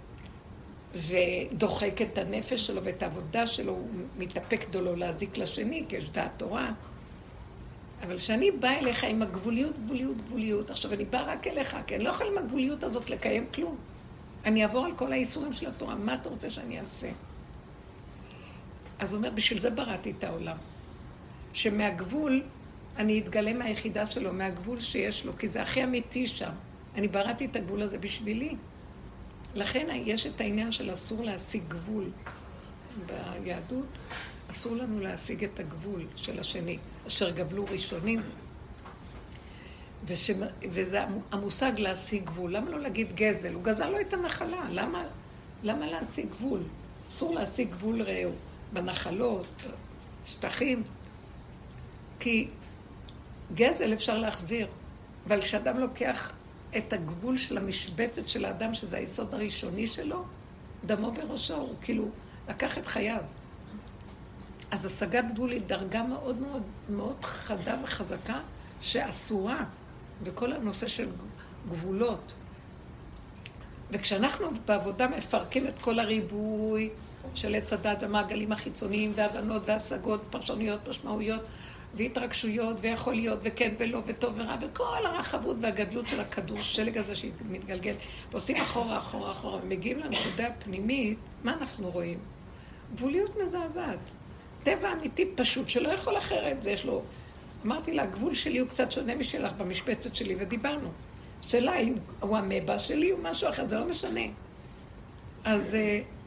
ודוחק את הנפש שלו ואת העבודה שלו, הוא מתאפק דולו להזיק לשני, כי יש דעת תורה. אבל כשאני באה אליך עם הגבוליות, גבוליות, גבוליות, עכשיו אני באה רק אליך, כי אני לא יכולה עם הגבוליות הזאת לקיים כלום. אני אעבור על כל האיסורים של התורה, מה אתה רוצה שאני אעשה? אז הוא אומר, בשביל זה בראתי את העולם. שמהגבול, אני אתגלה מהיחידה שלו, מהגבול שיש לו, כי זה הכי אמיתי שם. אני בראתי את הגבול הזה בשבילי. לכן יש את העניין של אסור להשיג גבול. ביהדות אסור לנו להשיג את הגבול של השני, אשר גבלו ראשונים. וש... וזה המושג להשיג גבול. למה לא להגיד גזל? הוא גזל לו את הנחלה. למה, למה להשיג גבול? אסור להשיג גבול רעהו. בנחלות, שטחים. כי גזל אפשר להחזיר. אבל כשאדם לוקח את הגבול של המשבצת של האדם, שזה היסוד הראשוני שלו, דמו בראשו, הוא כאילו לקח את חייו. אז השגת גבול היא דרגה מאוד מאוד מאוד חדה וחזקה, שאסורה בכל הנושא של גבולות. וכשאנחנו בעבודה מפרקים את כל הריבוי של עץ הדת, המעגלים החיצוניים והבנות והשגות, פרשנויות, משמעויות, והתרגשויות, ויכול להיות, וכן ולא, וטוב ורע, וכל הרחבות והגדלות של הכדור שלג הזה שמתגלגל, ועושים אחורה, אחורה, אחורה, ומגיעים לנקודה הפנימית, מה אנחנו רואים? גבוליות מזעזעת. טבע אמיתי פשוט, שלא יכול אחרת, זה יש לו... אמרתי לה, הגבול שלי הוא קצת שונה משלך במשבצת שלי, ודיברנו. שלה הוא המבע, שלי הוא משהו אחר, זה לא משנה. אז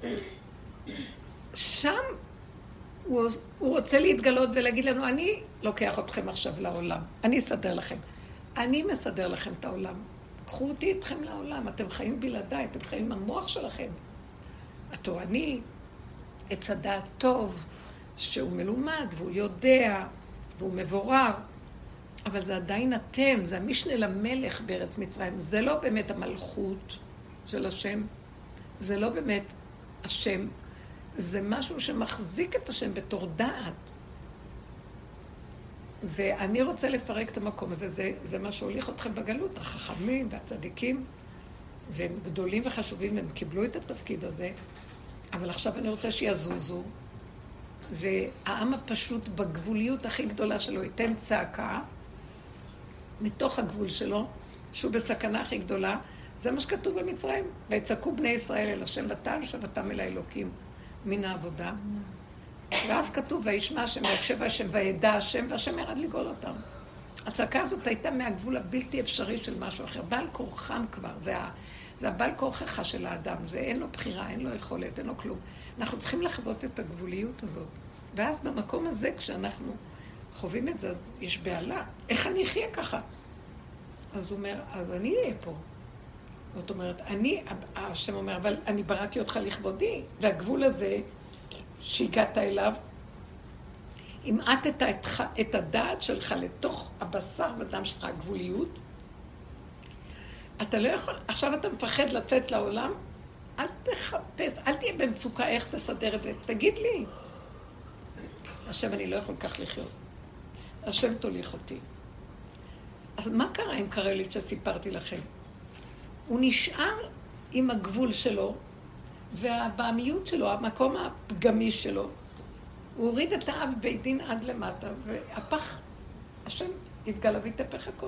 שם הוא, הוא רוצה להתגלות ולהגיד לנו, אני לוקח אתכם עכשיו לעולם, אני אסדר לכם. אני מסדר לכם את העולם. קחו אותי אתכם לעולם, אתם חיים בלעדיי, אתם חיים עם המוח שלכם. התורני, עץ הדעת טוב, שהוא מלומד והוא יודע והוא מבורר, אבל זה עדיין אתם, זה המשנה למלך בארץ מצרים. זה לא באמת המלכות של השם, זה לא באמת השם, זה משהו שמחזיק את השם בתור דעת. ואני רוצה לפרק את המקום הזה, זה, זה מה שהוליך אתכם בגלות, החכמים והצדיקים, והם גדולים וחשובים, הם קיבלו את התפקיד הזה, אבל עכשיו אני רוצה שיזוזו, והעם הפשוט בגבוליות הכי גדולה שלו ייתן צעקה, מתוך הגבול שלו, שהוא בסכנה הכי גדולה, זה מה שכתוב במצרים. ויצעקו בני ישראל אל השם ותעל שבתם אל האלוקים מן העבודה. ואז כתוב, וישמע השם ויקשב השם וידע השם, והשם ירד לגאול אותם. הצעקה הזאת הייתה מהגבול הבלתי אפשרי של משהו אחר. בעל כורחם כבר, זה, ה, זה הבעל כורחך של האדם, זה אין לו בחירה, אין לו יכולת, אין לו כלום. אנחנו צריכים לחוות את הגבוליות הזאת. ואז במקום הזה, כשאנחנו חווים את זה, אז יש בעלה. איך אני אחיה ככה? אז הוא אומר, אז אני אהיה פה. זאת אומרת, אני, השם אומר, אבל אני בראתי אותך לכבודי, והגבול הזה שהגעת אליו, המעטת את, את הדעת שלך לתוך הבשר ודם שלך, הגבוליות, אתה לא יכול, עכשיו אתה מפחד לצאת לעולם, אל תחפש, אל תהיה במצוקה איך תסדר את זה, תגיד לי. השם, אני לא יכול כך לחיות. השם תוליך אותי. אז מה קרה עם קרליץ' שסיפרתי לכם? הוא נשאר עם הגבול שלו, והבעמיות שלו, המקום הפגמי שלו, הוא הוריד את האב בית דין עד למטה, והפך, השם התגלה והתהפך הכל.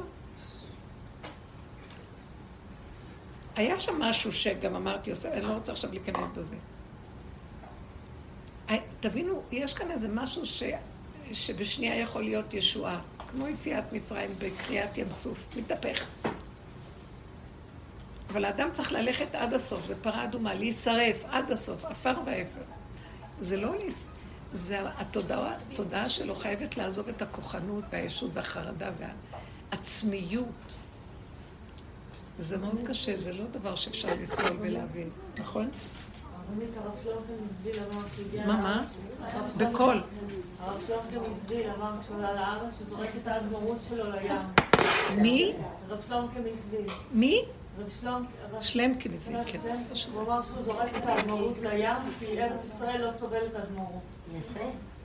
היה שם משהו שגם אמרתי, אני לא רוצה עכשיו להיכנס בזה. תבינו, יש כאן איזה משהו ש... שבשנייה יכול להיות ישועה, כמו יציאת מצרים בקריאת ים סוף, מתהפך. אבל האדם צריך ללכת עד הסוף, זה פרה אדומה, להישרף עד הסוף, אפר ואפר. זה לא להיס... זה התודעה, התודעה שלו חייבת לעזוב את הכוחנות והישות והחרדה והעצמיות. זה מאוד קשה, זה לא דבר שאפשר לסבול ולהבין, נכון? הרב שלום הסביל אמר שהגיע... מה, מה? בכל. הרב שלום הסביל אמר כשהוא עלה לארץ שזורק את האדמו"רות שלו לים. מי? הרב שלום הסביל. מי? רב שלום... שלם כמסביל, כן. הוא אמר שהוא זורק את האדמו"רות לים כי ארץ ישראל לא סובלת אדמו"רות. יפה.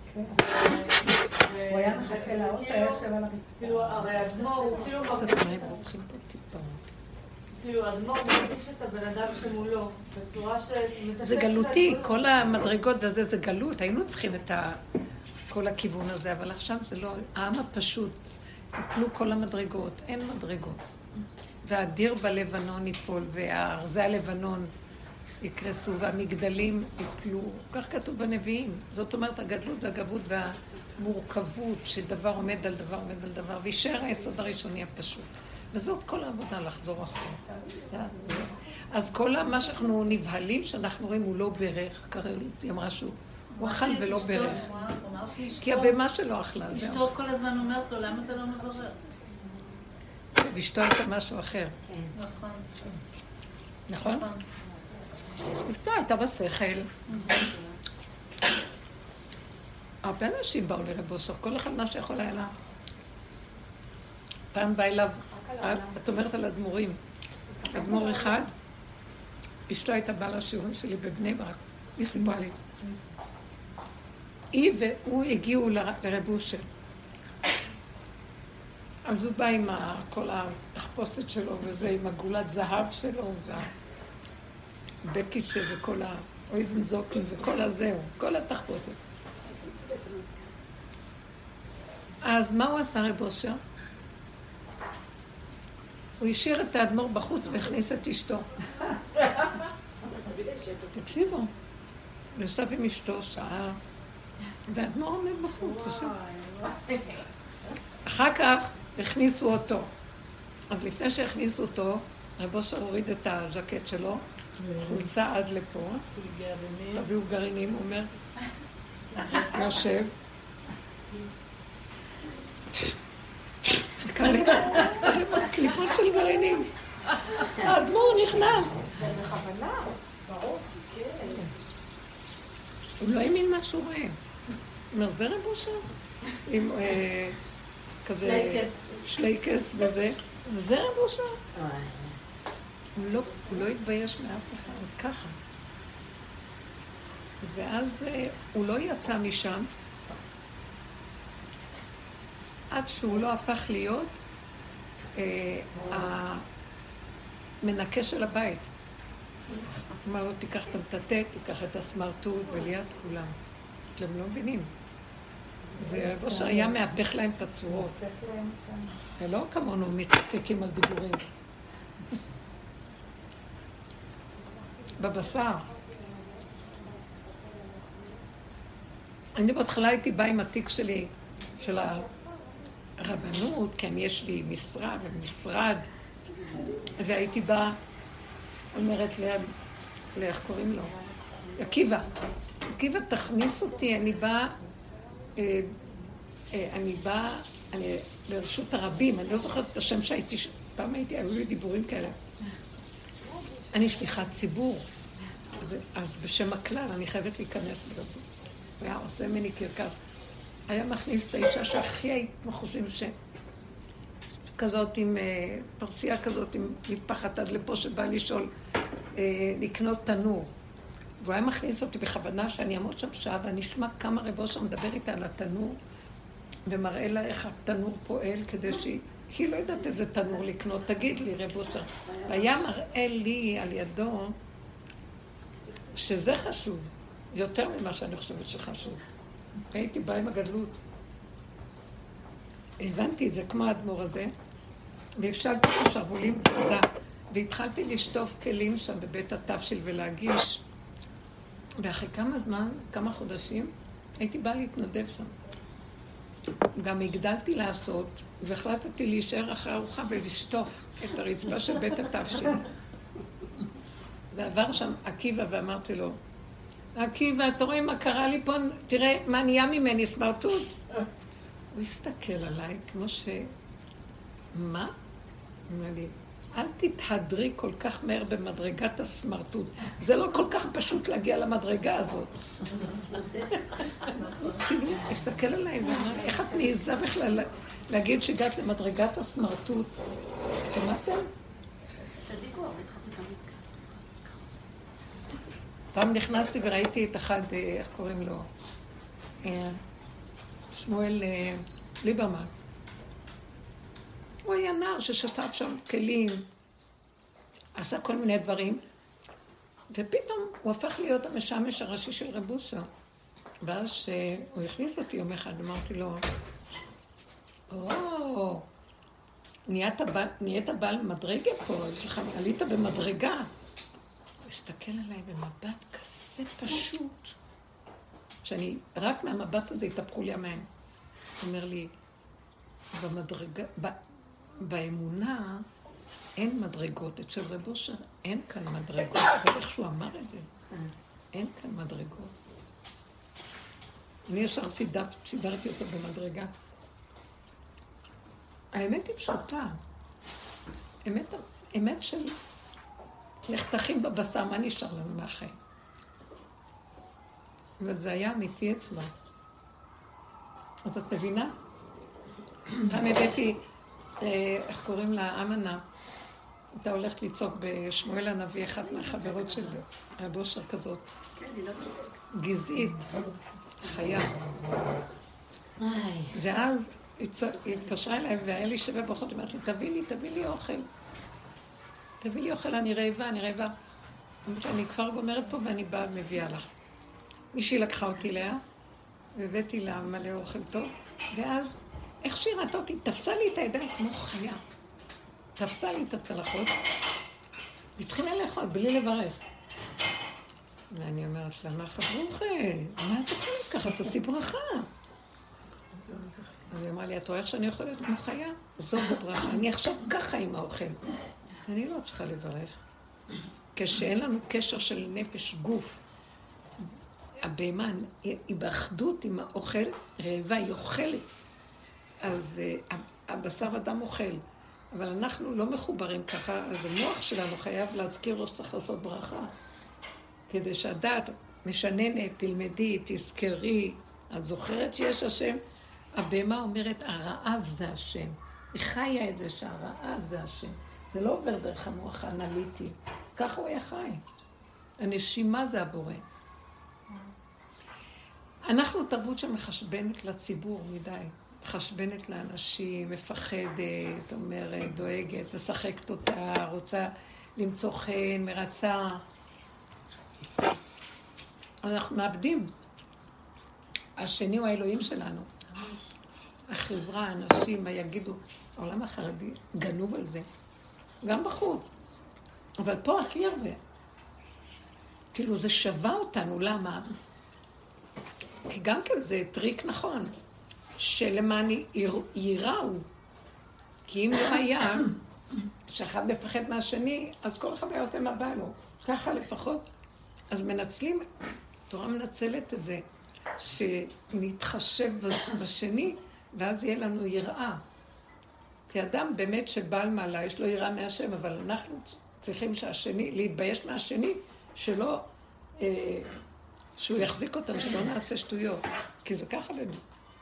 הוא היה מחכה לאות, היה יושב על הרצפה. כאילו, הרי האדמו"ר הוא כאילו... קצת מים רותחים פה טיפה. כאילו, האדמו"ר מרגיש את הבן אדם שמולו, בצורה ש... זה גלותי, כל המדרגות הזה זה גלות, היינו צריכים את כל הכיוון הזה, אבל עכשיו זה לא, העם הפשוט, יפלו כל המדרגות, אין מדרגות. והאדיר בלבנון ייפול, והארזי הלבנון יקרסו, והמגדלים יפלו, כך כתוב בנביאים. זאת אומרת, הגדלות והגבות והמורכבות, שדבר עומד על דבר עומד על דבר, וישאר היסוד הראשוני הפשוט. וזאת כל העבודה לחזור אחורה. אז כל מה שאנחנו נבהלים, שאנחנו רואים, הוא לא ברך, קרל, היא אמרה שהוא, הוא אכל ולא ברך. כי הבמה שלו אכלה. אשתו כל הזמן אומרת לו, למה אתה לא מברר? ואשתו הייתה משהו אחר. נכון. נכון? אשתו הייתה בשכל. הרבה אנשים באו לרב אושר, כל אחד מה שיכול היה לה. פעם בא אליו, את אומרת על אדמו"רים, אדמו"ר אחד, אשתו הייתה באה לשיעורים שלי בבני ברק, היא סיפרה לי. היא והוא הגיעו לרב אושר. אז הוא בא עם כל התחפושת שלו וזה, עם הגולת זהב שלו, והבקישה וכל האויזנזוקן וכל הזהו, כל התחפושת. אז מה הוא עשה רב אושר? הוא השאיר את האדמו"ר בחוץ והכניס את אשתו. תקשיבו, הוא יושב עם אשתו שעה, והאדמו"ר עומד בחוץ. אחר כך הכניסו אותו. אז לפני שהכניסו אותו, רב אושר הוריד את הז'קט שלו, חולצה עד לפה, תביאו גרעינים, הוא אומר, יושב. עוד קליפות של גרעינים. האדמו"ר נכנס. זה בכוונה, ברור, כן. הוא לא האמין מה שהוא רואה. הוא אומר, זה רב אושר? עם כזה שלייקס וזה. זה רב אושר? הוא לא התבייש מאף אחד, ככה. ואז הוא לא יצא משם, עד שהוא לא הפך להיות המנקה של הבית. אמר לו, תיקח את המטאטא, תיקח את הסמרטוט וליד כולם. אתם לא מבינים. זה רב אושר היה מהפך להם את הצורות. זה לא כמונו מתחקקים על דיבורים. בבשר. אני בהתחלה הייתי באה עם התיק שלי, של הרבנות, כן, יש לי משרה ומשרד, והייתי באה, אומרת לה, לאיך קוראים לו? עקיבא. עקיבא, תכניס אותי, אני באה, אה, אה, אני באה, אני לרשות הרבים, אני לא זוכרת את השם שהייתי, פעם הייתי, היו לי דיבורים כאלה. אני שליחת ציבור, אז בשם הכלל אני חייבת להיכנס לרבות. הוא היה עושה מני קרקס. היה מכניס את האישה שהכי הייתם חושבים ש... כזאת עם פרסייה כזאת, עם מטפחת עד לפה שבא לשאול לקנות תנור. והוא היה מכניס אותי בכוונה שאני אעמוד שם שעה ואני אשמע כמה רב אושר מדבר איתה על התנור ומראה לה איך התנור פועל כדי שהיא... היא לא יודעת איזה תנור לקנות, תגיד לי רב אושר. והיה מראה לי על ידו שזה חשוב, יותר ממה שאני חושבת שחשוב. הייתי באה עם הגדלות. הבנתי את זה כמו האדמו"ר הזה, והפשלתי את השרוולים תודה, והתחלתי לשטוף כלים שם בבית התבשיל ולהגיש, ואחרי כמה זמן, כמה חודשים, הייתי באה להתנדב שם. גם הגדלתי לעשות, והחלטתי להישאר אחרי ארוחה ולשטוף את הרצפה של בית התפשי. ועבר שם עקיבא ואמרתי לו, עקיבא, אתה רואה מה קרה לי פה? תראה מה נהיה ממני סמרטוט. הוא הסתכל עליי כמו ש... מה? הוא אומר לי, אל תתהדרי כל כך מהר במדרגת הסמרטוט. זה לא כל כך פשוט להגיע למדרגה הזאת. הסתכל עליי ואמר לי, איך את מעיזה בכלל להגיד שהגעת למדרגת הסמרטוט? שמעתם? פעם נכנסתי וראיתי את אחד, איך קוראים לו? שמואל ליברמן. הוא היה נער ששטף שם כלים, עשה כל מיני דברים, ופתאום הוא הפך להיות המשמש הראשי של רב אושר. ואז שהוא הכניס אותי יום אחד, אמרתי לו, או, נהיית בעל, נהיית בעל מדרגה פה, עלית במדרגה. הוא הסתכל עליי במבט כזה פשוט, שאני, רק מהמבט הזה התהפכו לי המים. הוא אומר לי, במדרגה, ב, באמונה אין מדרגות. אצל רב אושר אין כאן מדרגות. אבל איך שהוא אמר את זה, אין כאן מדרגות. אני ישר סידף, סידרתי אותו במדרגה. האמת היא פשוטה. אמת, אמת של נחתכים בבשר, מה נשאר לנו מהחיים? וזה היה אמיתי אצלו. אז את מבינה? פעם הבאתי, איך קוראים לה, אמנה, אתה הולכת לצעוק בשמואל הנביא, אחת מהחברות של זה, רב אושר כזאת, גזעית, חיה. ואז היא התקשרה אליי והיה לי שווה ברכות, אמרת לי, תביא לי, תביא לי אוכל. תביא לי אוכל, אני רעבה, אני רעבה. אני כבר גומרת פה ואני באה ומביאה לך. מישהי לקחה אותי לה, והבאתי לה מלא אוכל טוב, ואז איך שהיא ראתה אותי, תפסה לי את הידיים כמו חיה. תפסה לי את הצלחות, והתחילה לאכול בלי לברך. ואני אומרת לה, מה חברוכה? מה את אוכלת ככה? תעשי ברכה. אז היא אמרה לי, את רואה איך שאני יכולה להיות כמו חיה? זאת הברכה. אני עכשיו ככה עם האוכל. אני לא צריכה לברך. כשאין לנו קשר של נפש גוף, הבהמה היא באחדות עם האוכל, רעבה, היא אוכלת. אז uh, הבשר אדם אוכל, אבל אנחנו לא מחוברים ככה, אז המוח שלנו חייב להזכיר לו שצריך לעשות ברכה. כדי שהדעת משננת, תלמדי, תזכרי, את זוכרת שיש השם? הבהמה אומרת, הרעב זה השם. היא חיה את זה שהרעב זה השם. זה לא עובר דרך המוח האנליטי. ככה הוא היה חי. הנשימה זה הבורא. אנחנו תרבות שמחשבנת לציבור מדי. מחשבנת לאנשים, מפחדת, אומרת, דואגת, משחקת אותה, רוצה למצוא חן, מרצה. אנחנו מאבדים. השני הוא האלוהים שלנו. החברה, האנשים, מה יגידו, העולם החרדי גנוב על זה. גם בחוץ. אבל פה הכי הרבה. כאילו זה שווה אותנו, למה? כי גם כן זה טריק נכון, שלמען ייראו. כי אם לא היה, שאחד מפחד מהשני, אז כל אחד היה עושה מה בא לו. ככה לפחות. אז מנצלים, תורה מנצלת את זה, שנתחשב בשני, ואז יהיה לנו יראה. כי אדם באמת שבעל מעלה, יש לו יראה מהשם, אבל אנחנו צריכים שהשני, להתבייש מהשני, שלא, אה, שהוא יחזיק אותם, שלא נעשה שטויות. כי זה ככה באמת.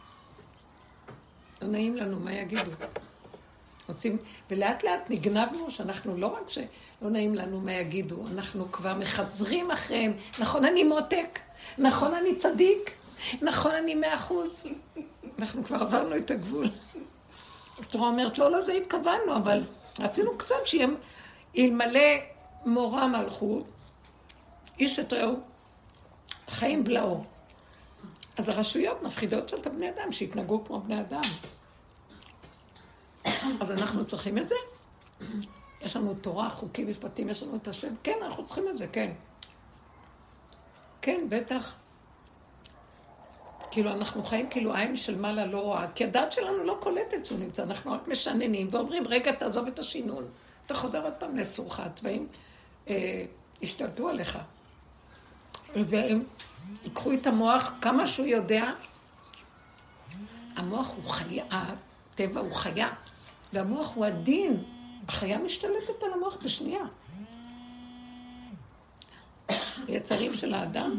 לא נעים לנו, מה יגידו? רוצים, ולאט לאט נגנבנו שאנחנו לא רק שלא נעים לנו מה יגידו, אנחנו כבר מחזרים אחריהם, נכון אני מותק, נכון אני צדיק, נכון אני מאה אחוז. אנחנו כבר עברנו את הגבול. התורה אומרת, לא לזה התכוונו, אבל רצינו קצת שיהיה אלמלא מורה מלכות, איש את רעהו, חיים בלעו. אז הרשויות מפחידות של בני אדם, שהתנהגו כמו בני אדם. אז אנחנו צריכים את זה. יש לנו תורה, חוקים, משפטים, יש לנו את השם. כן, אנחנו צריכים את זה, כן. כן, בטח. כאילו אנחנו חיים כאילו עין של מעלה לא רואה, כי הדעת שלנו לא קולטת שהוא נמצא, אנחנו רק משננים ואומרים, רגע, תעזוב את השינון. אתה חוזר עוד פעם לסורך, הצבעים אה, השתלטו עליך. והם ייקחו את המוח, כמה שהוא יודע, המוח הוא חיה, הטבע הוא חיה, והמוח הוא הדין. החיה משתלטת על המוח בשנייה. יצרים של האדם,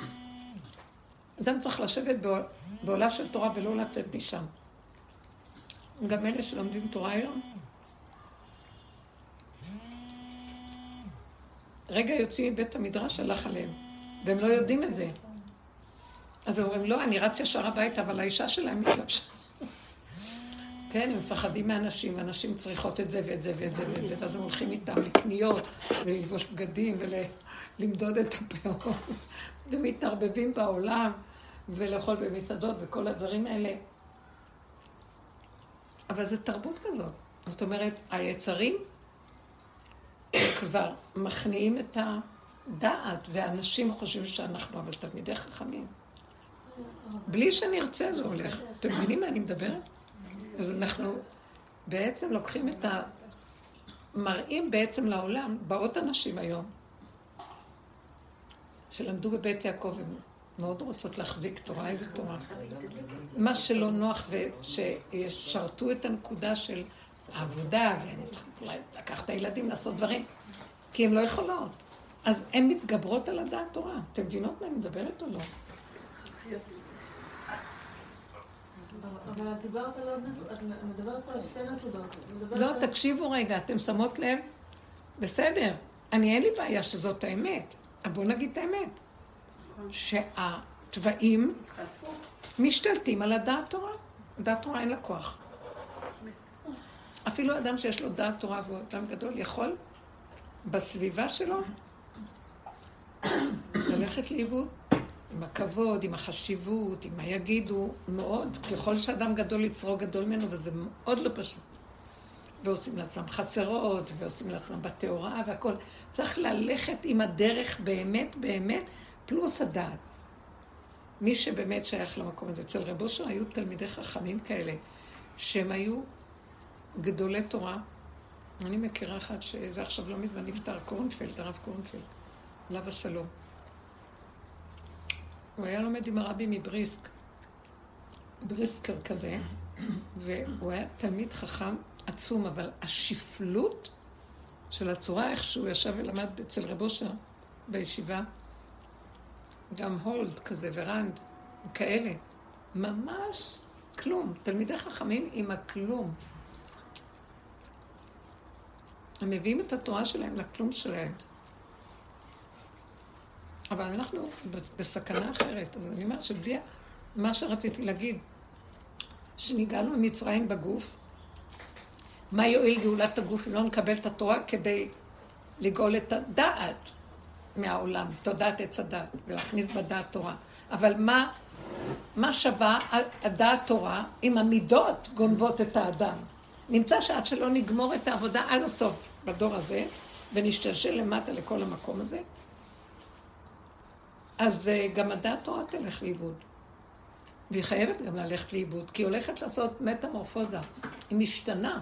אדם צריך לשבת בעולה של תורה ולא לצאת משם. גם אלה שלומדים תורה היום, רגע יוצאים מבית המדרש הלך עליהם, והם לא יודעים את זה. אז הם אומרים, לא, אני רץ ישר הביתה, אבל האישה שלהם מתלבשה. כן, הם מפחדים מאנשים, ואנשים צריכות את זה ואת זה ואת זה ואת זה, ואז הם הולכים איתם לקניות, וללבוש בגדים, ולמדוד את הפאות, ומתערבבים בעולם, ולאכול במסעדות, וכל הדברים האלה. אבל זה תרבות כזאת. זאת אומרת, היצרים כבר מכניעים את הדעת, ואנשים חושבים שאנחנו, אבל תלמידי חכמים. בלי שנרצה זה הולך. אתם מבינים מה אני מדברת? אז אנחנו בעצם לוקחים את המראים בעצם לעולם, באות אנשים היום, שלמדו בבית יעקב, הם מאוד רוצות להחזיק תורה, איזה תורה. מה שלא נוח ושישרתו את הנקודה של העבודה, והן צריכות לקחת את הילדים לעשות דברים, כי הן לא יכולות. אז הן מתגברות על הדעת תורה. אתם מבינות מה אני מדברת או לא? אבל את דיברת על עוד נקודות, את מדברת על שתי נקודות. לא, תקשיבו רגע, אתם שמות לב? בסדר, אני אין לי בעיה שזאת האמת, אבל בואו נגיד את האמת. שהטבעים משתלטים על הדעת תורה. דעת תורה אין לה כוח. אפילו אדם שיש לו דעת תורה והוא אדם גדול יכול בסביבה שלו ללכת לאיבוד. עם הכבוד, עם החשיבות, עם מה יגידו, מאוד, ככל שאדם גדול יצרו גדול ממנו, וזה מאוד לא פשוט. ועושים לעצמם חצרות, ועושים לעצמם בתאורה והכל. צריך ללכת עם הדרך באמת, באמת, פלוס הדעת. מי שבאמת שייך למקום הזה. אצל רב אושר היו תלמידי חכמים כאלה, שהם היו גדולי תורה. אני מכירה אחד שזה עכשיו לא מזמן נפטר, קורנפלד, הרב קורנפלד, עליו השלום. הוא היה לומד עם הרבי מבריסק, בריסקר כזה, והוא היה תלמיד חכם עצום, אבל השפלות של הצורה, איך שהוא ישב ולמד אצל רב אושר בישיבה, גם הולד כזה ורנד, כאלה, ממש כלום, תלמידי חכמים עם הכלום. הם מביאים את התורה שלהם לכלום שלהם. אבל אנחנו בסכנה אחרת. אז אני אומרת שבלי מה שרציתי להגיד, שניגענו ממצרים בגוף, מה יועיל גאולת הגוף אם לא נקבל את התורה כדי לגאול את הדעת מהעולם, תודעת עץ הדעת, ולהכניס בדעת תורה. אבל מה, מה שווה הדעת תורה אם המידות גונבות את האדם? נמצא שעד שלא נגמור את העבודה עד הסוף בדור הזה, ונשתלשל למטה לכל המקום הזה, אז גם הדעת תורה תלך לאיבוד. והיא חייבת גם ללכת לאיבוד, כי היא הולכת לעשות מטמורפוזה. היא משתנה.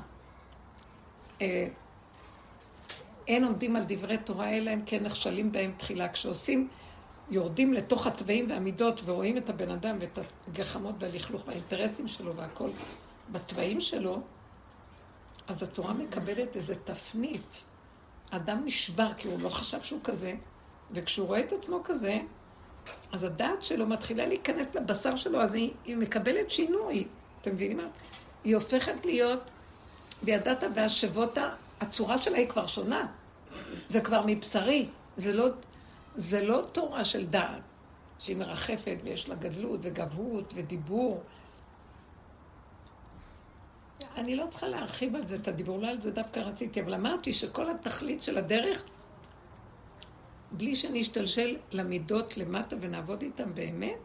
אין עומדים על דברי תורה, אלא הם כן נכשלים בהם תחילה. כשעושים, יורדים לתוך הטבעים והמידות, ורואים את הבן אדם ואת הגחמות והלכלוך והאינטרסים שלו והכל בטבעים שלו, אז התורה מקבלת איזו תפנית. האדם נשבר, כי הוא לא חשב שהוא כזה, וכשהוא רואה את עצמו כזה, אז הדעת שלו מתחילה להיכנס לבשר שלו, אז היא, היא מקבלת שינוי. אתם מבינים מה? היא הופכת להיות, בידעת והשבות, הצורה שלה היא כבר שונה. זה כבר מבשרי. זה לא, זה לא תורה של דעת, שהיא מרחפת ויש לה גדלות וגבהות ודיבור. אני לא צריכה להרחיב על זה, את הדיבור, לא על זה דווקא רציתי, אבל אמרתי שכל התכלית של הדרך, בלי שנשתלשל למידות למטה ונעבוד איתם באמת,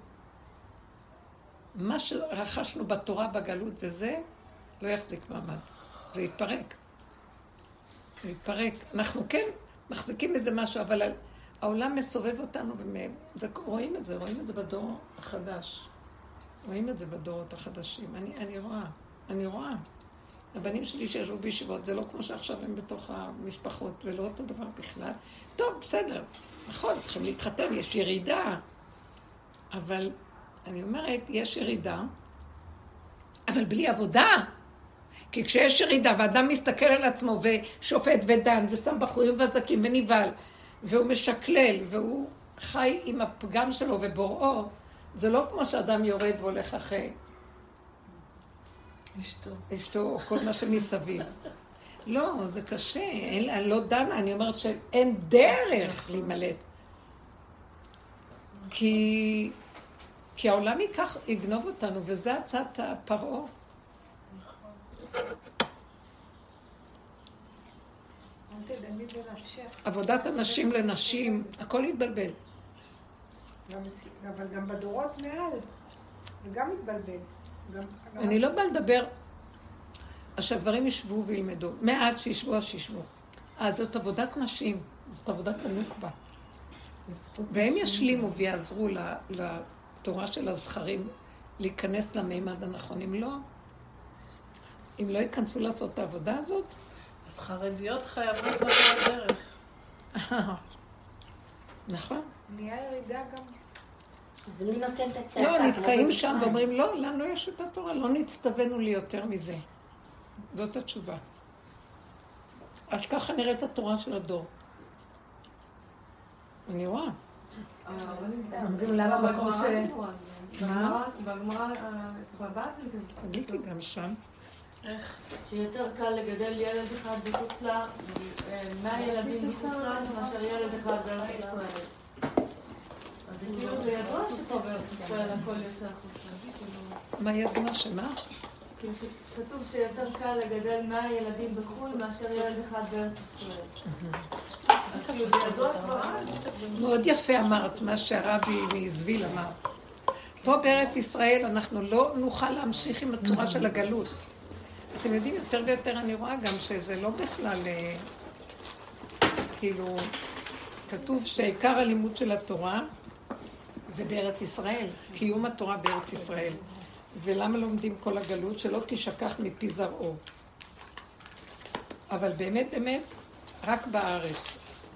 מה שרכשנו בתורה בגלות וזה, לא יחזיק מעמד. זה יתפרק. זה יתפרק. אנחנו כן מחזיקים איזה משהו, אבל העולם מסובב אותנו, וזה, רואים את זה, רואים את זה בדור החדש. רואים את זה בדורות החדשים. אני, אני רואה, אני רואה. הבנים שלי שישבו בישיבות, זה לא כמו שעכשיו הם בתוך המשפחות, זה לא אותו דבר בכלל. טוב, בסדר, נכון, צריכים להתחתן, יש ירידה. אבל אני אומרת, יש ירידה, אבל בלי עבודה. כי כשיש ירידה, ואדם מסתכל על עצמו ושופט ודן ושם בחורים וזקים וניבל, והוא משקלל, והוא חי עם הפגם שלו ובוראו, זה לא כמו שאדם יורד והולך אחרי אשתו. אשתו או כל מה שמסביב. לא, זה קשה, אין, אני לא דנה, אני אומרת שאין דרך להימלט. כי, כי העולם ייקח, יגנוב אותנו, וזה הצעת הפרעה. עבודת אנשים לנשים, הכל יתבלבל. אבל גם בדורות מעל, זה גם מתבלבל. אני לא באה לדבר, השברים ישבו וילמדו, מעט שישבו אז שישבו. אז זאת עבודת נשים, זאת עבודת הנוקבה. והם ישלימו ויעזרו לתורה של הזכרים להיכנס למימד הנכון. אם לא, אם לא ייכנסו לעשות את העבודה הזאת, אז חרדיות חייבות לבוא לדרך. נכון. נהיה ירידה גם. אז מי נותן את הצעקה? לא, נתקעים שם ואומרים, לא, לנו יש את התורה, לא נצטווינו לי יותר מזה. זאת התשובה. אז ככה נראית התורה של הדור. אני רואה. אומרים למה מקום ש... מה? בגמרא, בבבל, תגידי גם שם. איך? שיותר קל לגדל ילד אחד בחוץ לה, מאה ילדים בחוץ לה, מאשר ילד אחד בארץ ישראל. אז זה כאילו זה ידוע שפה בארץ ישראל הכל יוצא החוצה. מה יזמה שמה? כאילו שכתוב שיותר קל לגדל מאה ילדים בחו"ל מאשר ילד אחד בארץ ישראל. אז כאילו זה ידוע כבר אז. מאוד יפה אמרת מה שהרבי מזוויל אמר. פה בארץ ישראל אנחנו לא נוכל להמשיך עם הצורה של הגלות. אתם יודעים, יותר ויותר אני רואה גם שזה לא בכלל, כאילו, כתוב שעיקר הלימוד של התורה זה בארץ ישראל, קיום התורה בארץ ישראל. ולמה לומדים כל הגלות? שלא תשכח מפי זרעו. אבל באמת, באמת, רק בארץ.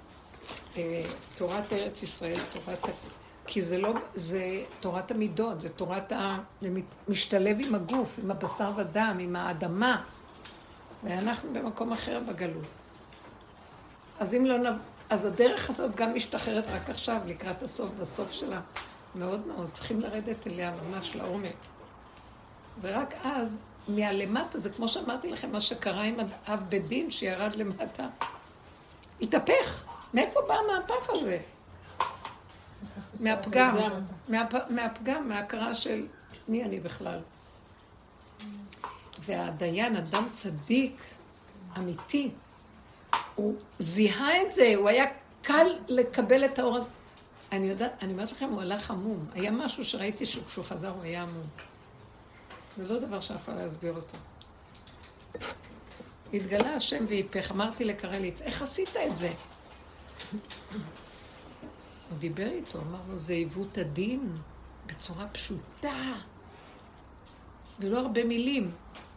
תורת ארץ ישראל, תורת... כי זה לא, זה תורת המידות, זה תורת ה... זה משתלב עם הגוף, עם הבשר ודם, עם האדמה. ואנחנו במקום אחר בגלות. אז אם לא נב... אז הדרך הזאת גם משתחררת רק עכשיו, לקראת הסוף, בסוף שלה. מאוד מאוד, צריכים לרדת אליה ממש לעומק. ורק אז, מהלמטה, זה כמו שאמרתי לכם, מה שקרה עם אב בית דין שירד למטה. התהפך. מאיפה בא המהפך הזה? מהפגם, מהפ... מהפגם, מההכרה של מי אני בכלל. והדיין, אדם צדיק, אמיתי, הוא זיהה את זה, הוא היה קל לקבל את האור. אני יודעת, אני אומרת לכם, הוא הלך עמום. היה משהו שראיתי שכשהוא חזר הוא היה עמום. זה לא דבר שאני יכולה להסביר אותו. התגלה השם והיפך, אמרתי לקרליץ, איך עשית את זה? הוא דיבר איתו, אמר לו, זה עיוות הדין, בצורה פשוטה, ולא הרבה מילים.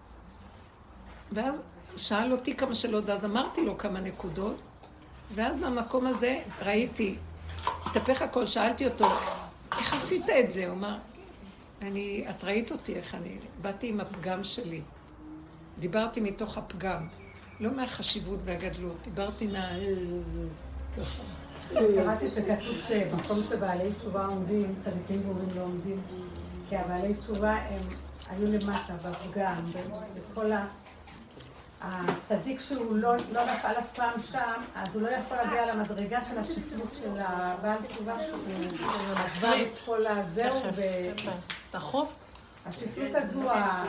ואז שאל אותי כמה שאלות, אז אמרתי לו כמה נקודות, ואז במקום הזה ראיתי, התהפך הכל, שאלתי אותו, איך עשית את זה? הוא אמר, אני, את ראית אותי איך אני, באתי עם הפגם שלי, דיברתי מתוך הפגם, לא מהחשיבות והגדלות, דיברתי מה... ככה. קראתי שכתוב שבמקום שבעלי תשובה עומדים, צדיקים גמורים לא עומדים, כי הבעלי תשובה הם היו למטה, בפגם, בכל ה... הצדיק שהוא לא, לא נפל אף פעם שם, אז הוא לא יכול להגיע למדרגה של השפלות של הבעל תשובה שהוא עזבה את כל הזהו ו... תחוב? השפלות הזו,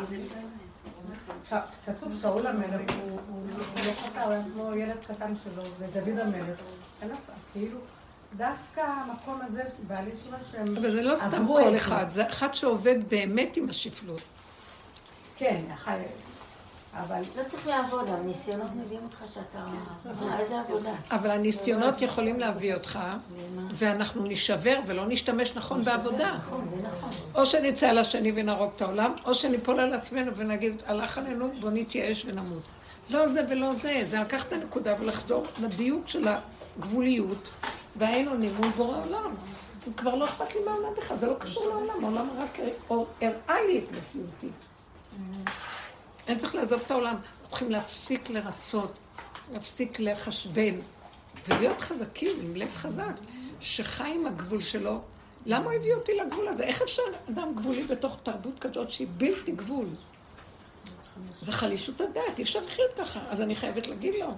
כתוב שאול המלך, הוא לא חטא, הוא היה כמו ילד קטן שלו, ודוד המלך, כאילו דווקא המקום הזה, בעלי תשובה שהם... אבל זה לא סתם כל אחד, זה אחד שעובד באמת עם השפלות. כן, אבל... לא צריך לעבוד, הניסיונות מביאים אותך שאתה... איזה עבודה. אבל הניסיונות יכולים להביא אותך, ואנחנו נשבר ולא נשתמש נכון בעבודה. או שנצא על השני ונהרוג את העולם, או שניפול על עצמנו ונגיד, הלך עלינו, בוא נתייאש ונמות. לא זה ולא זה, זה לקח את הנקודה ולחזור לדיוק של הגבוליות, והיינו נימול בורא עולם. כבר לא אכפת לי מהעולם בכלל, זה לא קשור לעולם, העולם רק הראה לי את מציאותי. אין צריך לעזוב את העולם, צריכים להפסיק לרצות, להפסיק לחשבן, ולהיות חזקים עם לב חזק, שחי עם הגבול שלו. למה הוא הביא אותי לגבול הזה? איך אפשר אדם גבולי בתוך תרבות כזאת שהיא בלתי גבול? זה חלישות הדעת, אי אפשר לחיות ככה, אז אני חייבת להגיד לו.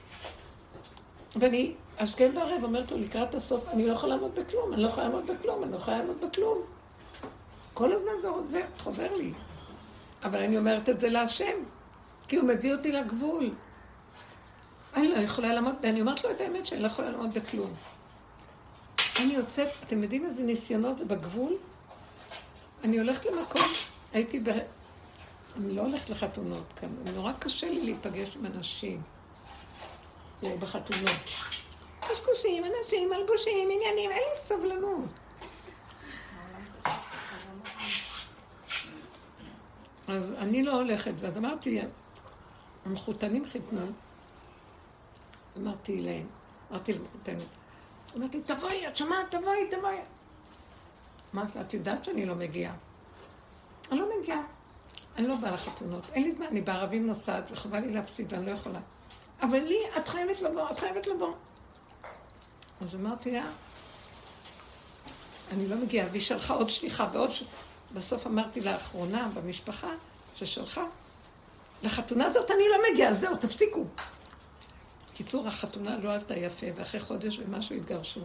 ואני אשכם בערב אומרת לו לקראת הסוף, אני לא יכולה לעמוד בכלום, אני לא יכולה לעמוד בכלום, אני לא יכולה לעמוד בכלום. כל הזמן זה חוזר, חוזר לי. אבל אני אומרת את זה להשם, כי הוא מביא אותי לגבול. אני לא יכולה לעמוד, ואני אומרת לו את האמת שאני לא יכולה לעמוד בכלום. אני יוצאת, אתם יודעים איזה ניסיונות זה בגבול? אני הולכת למקום, הייתי ב... אני לא הולכת לחתונות כאן, נורא קשה לי להיפגש עם אנשים בחתונות. קשקושים, אנשים, מלבושים, עניינים, אין לי סבלנות. אז אני לא הולכת, ואז אמרתי, המחותנים חיתנו, אמרתי להם, אמרתי למחותנת, אמרתי, תבואי, את שמעת, תבואי, תבואי. אמרתי, את יודעת שאני לא מגיעה. אני לא מגיעה. אני לא באה לחתונות. אין לי זמן, אני בערבים נוסעת, וחבל לי להפסיד, ואני לא יכולה. אבל לי, את חייבת לבוא, את חייבת לבוא. אז אמרתי לה, אני לא מגיעה, והיא שלחה עוד שליחה ועוד ש... בסוף אמרתי לאחרונה במשפחה ששלחה, לחתונה הזאת אני לא מגיעה, זהו, תפסיקו. קיצור, החתונה לא עלתה יפה, ואחרי חודש ומשהו התגרשו.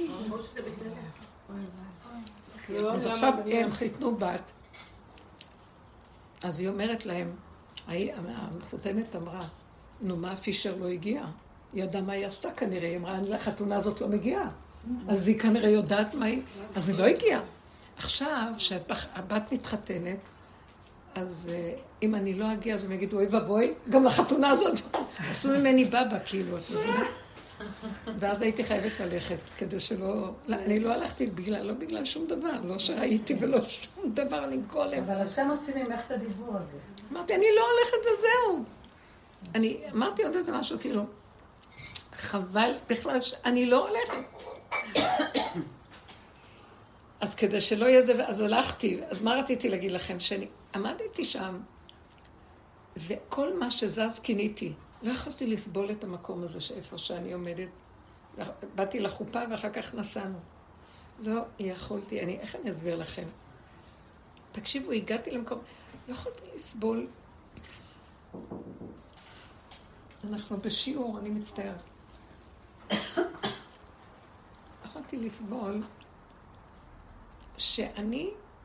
אז עכשיו הם חיתנו בת, אז היא אומרת להם, המחותנת אמרה, נו מה, פישר לא הגיע? היא ידעה מה היא עשתה כנראה, היא אמרה, לחתונה הזאת לא מגיעה. אז היא כנראה יודעת מה היא, אז היא לא הגיעה. עכשיו, שהבת מתחתנת, אז אם אני לא אגיע, אז הם יגידו, אוי ובוי, גם לחתונה הזאת. עשו ממני בבא, כאילו, את מבינה? ואז הייתי חייבת ללכת, כדי שלא... אני לא הלכתי בגלל, לא בגלל שום דבר, לא שראיתי ולא שום דבר, אני גולם. אבל השם הוציא ממך את הדיבור הזה. אמרתי, אני לא הולכת וזהו. אני אמרתי עוד איזה משהו, כאילו, חבל בכלל, אני לא הולכת. אז כדי שלא יהיה זה, אז הלכתי, אז מה רציתי להגיד לכם? שאני עמדתי שם, וכל מה שזז קיניתי. לא יכולתי לסבול את המקום הזה שאיפה שאני עומדת. באתי לחופה ואחר כך נסענו. לא יכולתי, אני, איך אני אסביר לכם? תקשיבו, הגעתי למקום, לא יכולתי לסבול. אנחנו בשיעור, אני מצטערת. לא יכולתי לסבול שאני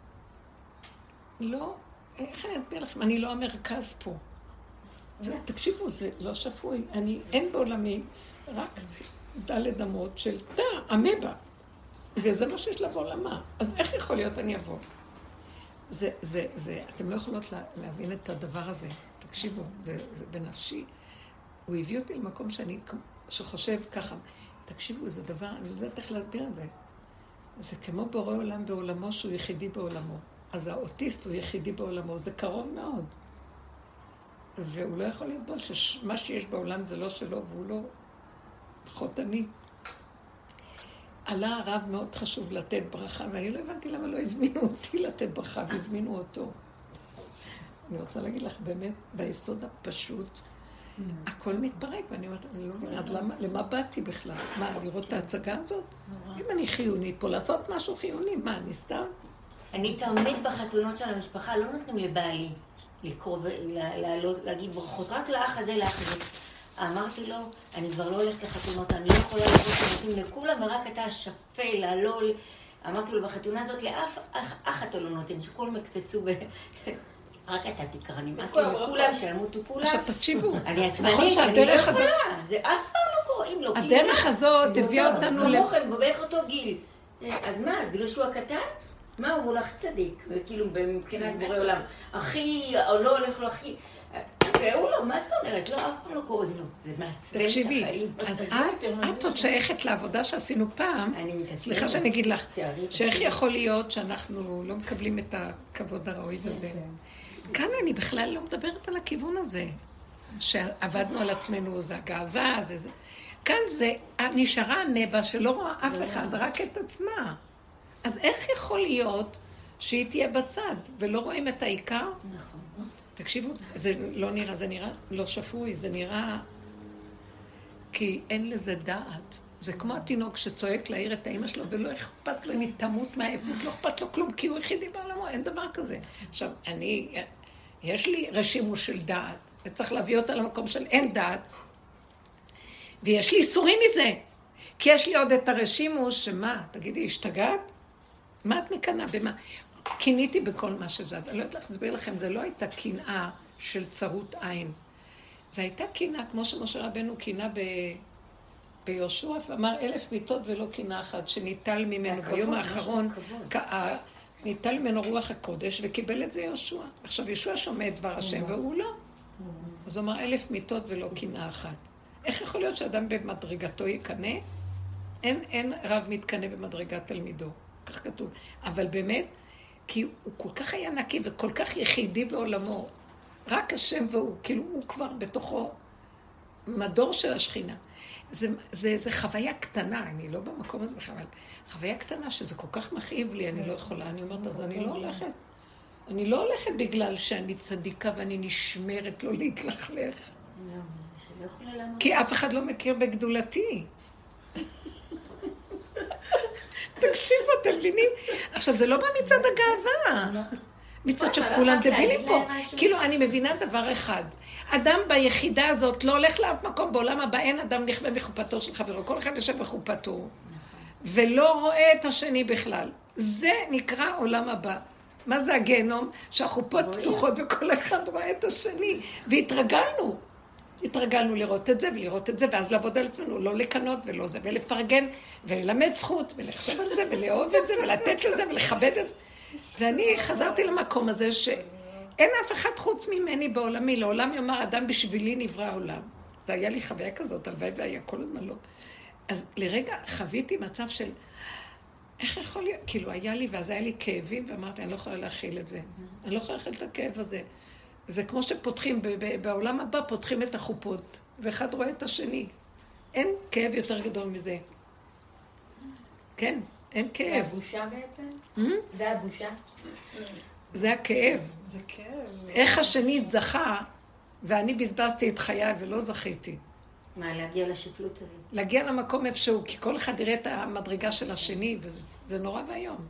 לא, איך אני אסביר לכם? אני לא המרכז פה. תקשיבו, זה לא שפוי. אני, אין בעולמי רק דלת אמות של תא, אמבה. וזה מה שיש לבוא למה. אז איך יכול להיות אני אבוא? זה, זה, זה, אתם לא יכולות לה, להבין את הדבר הזה. תקשיבו, זה, זה בנפשי. הוא הביא אותי למקום שאני, שחושב ככה. תקשיבו, זה דבר, אני לא יודעת איך להסביר את זה. זה כמו בורא עולם בעולמו שהוא יחידי בעולמו. אז האוטיסט הוא יחידי בעולמו, זה קרוב מאוד. והוא לא יכול לסבול שמה שיש בעולם זה לא שלו, והוא לא חותני. עלה הרב מאוד חשוב לתת ברכה, ואני לא הבנתי למה לא הזמינו אותי לתת ברכה, והזמינו אותו. אני רוצה להגיד לך, באמת, ביסוד הפשוט, הכל מתפרק, ואני אומרת, אני לא מבינה, אז למה, למה באתי בכלל? מה, לראות את ההצגה הזאת? אם אני חיוני פה, לעשות משהו חיוני, מה, אני סתם? אני תמיד בחתונות של המשפחה, לא נותנים לבעלי לקרוא ולהגיד ברכות, רק לאח הזה, לאח הזה. אמרתי לו, אני כבר לא הולכת לחתונות, אני לא יכולה לראות שנותנים לכולם, ורק אתה השפל, הלא... אמרתי לו, בחתונה הזאת לאף אח אתה לא נותן, שכולם יקפצו ב... רק אתה תקרא, נמאס לי לכולם, שימותו כולם. עכשיו תקשיבו, אני עצמנית, אני לא יכולה, זה אף פעם לא קוראים לו. הדרך הזאת הביאה אותנו... כמוכם, בבערך אותו גיל. אז מה, אז בגלל שהוא הקטן? מה, הוא הולך צדיק, וכאילו מבחינת בורא עולם. אחי, או לא הולך לו אחי. והוא לא, מה זאת אומרת? לא, אף פעם לא קוראים לו. זה מעצבן את תקשיבי, החיים. אז את, את עוד שייכת לעבודה שעשינו פעם, סליחה שאני אגיד לך, שאיך יכול להיות שאנחנו לא מקבלים את הכבוד הראוי בזה. כאן אני בכלל לא מדברת על הכיוון הזה, שעבדנו על עצמנו, זה הגאווה, זה זה. כאן זה, נשארה הנבע שלא רואה אף אחד, רק את עצמה. אז איך יכול להיות שהיא תהיה בצד, ולא רואים את העיקר? נכון. תקשיבו, זה לא נראה, זה נראה לא שפוי, זה נראה... כי אין לזה דעת. זה כמו התינוק שצועק להעיר את האמא שלו, ולא אכפת לו אם היא תמות מהעייפות, לא אכפת לו כלום, כי הוא יחידי בעולמו, אין דבר כזה. עכשיו, אני... יש לי רשימוש של דעת, וצריך להביא אותה למקום של אין דעת, ויש לי איסורים מזה. כי יש לי עוד את הרשימוש, שמה? תגידי, השתגעת? מה את מקנה? במה? קיניתי בכל מה שזז. אני לא יודעת להסביר לכם, זה לא הייתה קנאה של צרות עין. זה הייתה קנאה, כמו שמשה רבנו קינה ב... ביהושע, ואמר אלף מיטות ולא קנאה אחת, שניטל ממנו ביום האחרון, ניטל ממנו רוח הקודש, וקיבל את זה יהושע. עכשיו, יהושע שומע את דבר השם, והוא לא. אז הוא אמר אלף מיטות ולא קנאה אחת. איך יכול להיות שאדם במדרגתו יקנה? אין, אין רב מתקנה במדרגת תלמידו. כך כתוב. אבל באמת, כי הוא כל כך היה נקי וכל כך יחידי בעולמו, רק השם והוא, כאילו הוא כבר בתוכו מדור של השכינה. זה, זה, זה חוויה קטנה, אני לא במקום הזה בכלל, חוויה קטנה שזה כל כך מכאיב לי, אני לא יכולה, אני אומרת, אז אני לא הולכת. אני לא הולכת בגלל שאני צדיקה ואני נשמרת לא להתלכלך. כי אף אחד לא מכיר בגדולתי. תקשיבו, אתם מבינים? עכשיו, זה לא בא מצד הגאווה. מצד שכולם דבילים פה. כאילו, אני מבינה דבר אחד. אדם ביחידה הזאת לא הולך לאף מקום בעולם הבא, אין אדם נכווה בחופתו של חברו. כל אחד יושב בחופתו, ולא רואה את השני בכלל. זה נקרא עולם הבא. מה זה הגיהנום? שהחופות פתוחות וכל אחד רואה את השני. והתרגלנו. התרגלנו לראות את זה ולראות את זה, ואז לעבוד על עצמנו, לא לקנות ולא זה, ולפרגן, וללמד זכות, ולחשב על זה, ולאהוב את זה, ולתת לזה, ולכבד את זה. ואני חזרתי למקום הזה שאין אף אחד חוץ ממני בעולמי, לעולם יאמר אדם בשבילי נברא העולם. זה היה לי חוויה כזאת, הלוואי והיה כל הזמן לא. אז לרגע חוויתי מצב של, איך יכול להיות? כאילו היה לי, ואז היה לי כאבים, ואמרתי, אני לא יכולה להכיל את זה. אני לא יכולה להכיל את הכאב הזה. זה כמו שפותחים, בעולם הבא פותחים את החופות, ואחד רואה את השני. אין כאב יותר גדול מזה. כן, אין כאב. זה הבושה בעצם? זה הבושה? זה הכאב. זה כאב. איך השני זכה, ואני בזבזתי את חיי ולא זכיתי. מה, להגיע לשפלות הזאת? להגיע למקום איפשהו, כי כל אחד יראה את המדרגה של השני, וזה נורא והיום.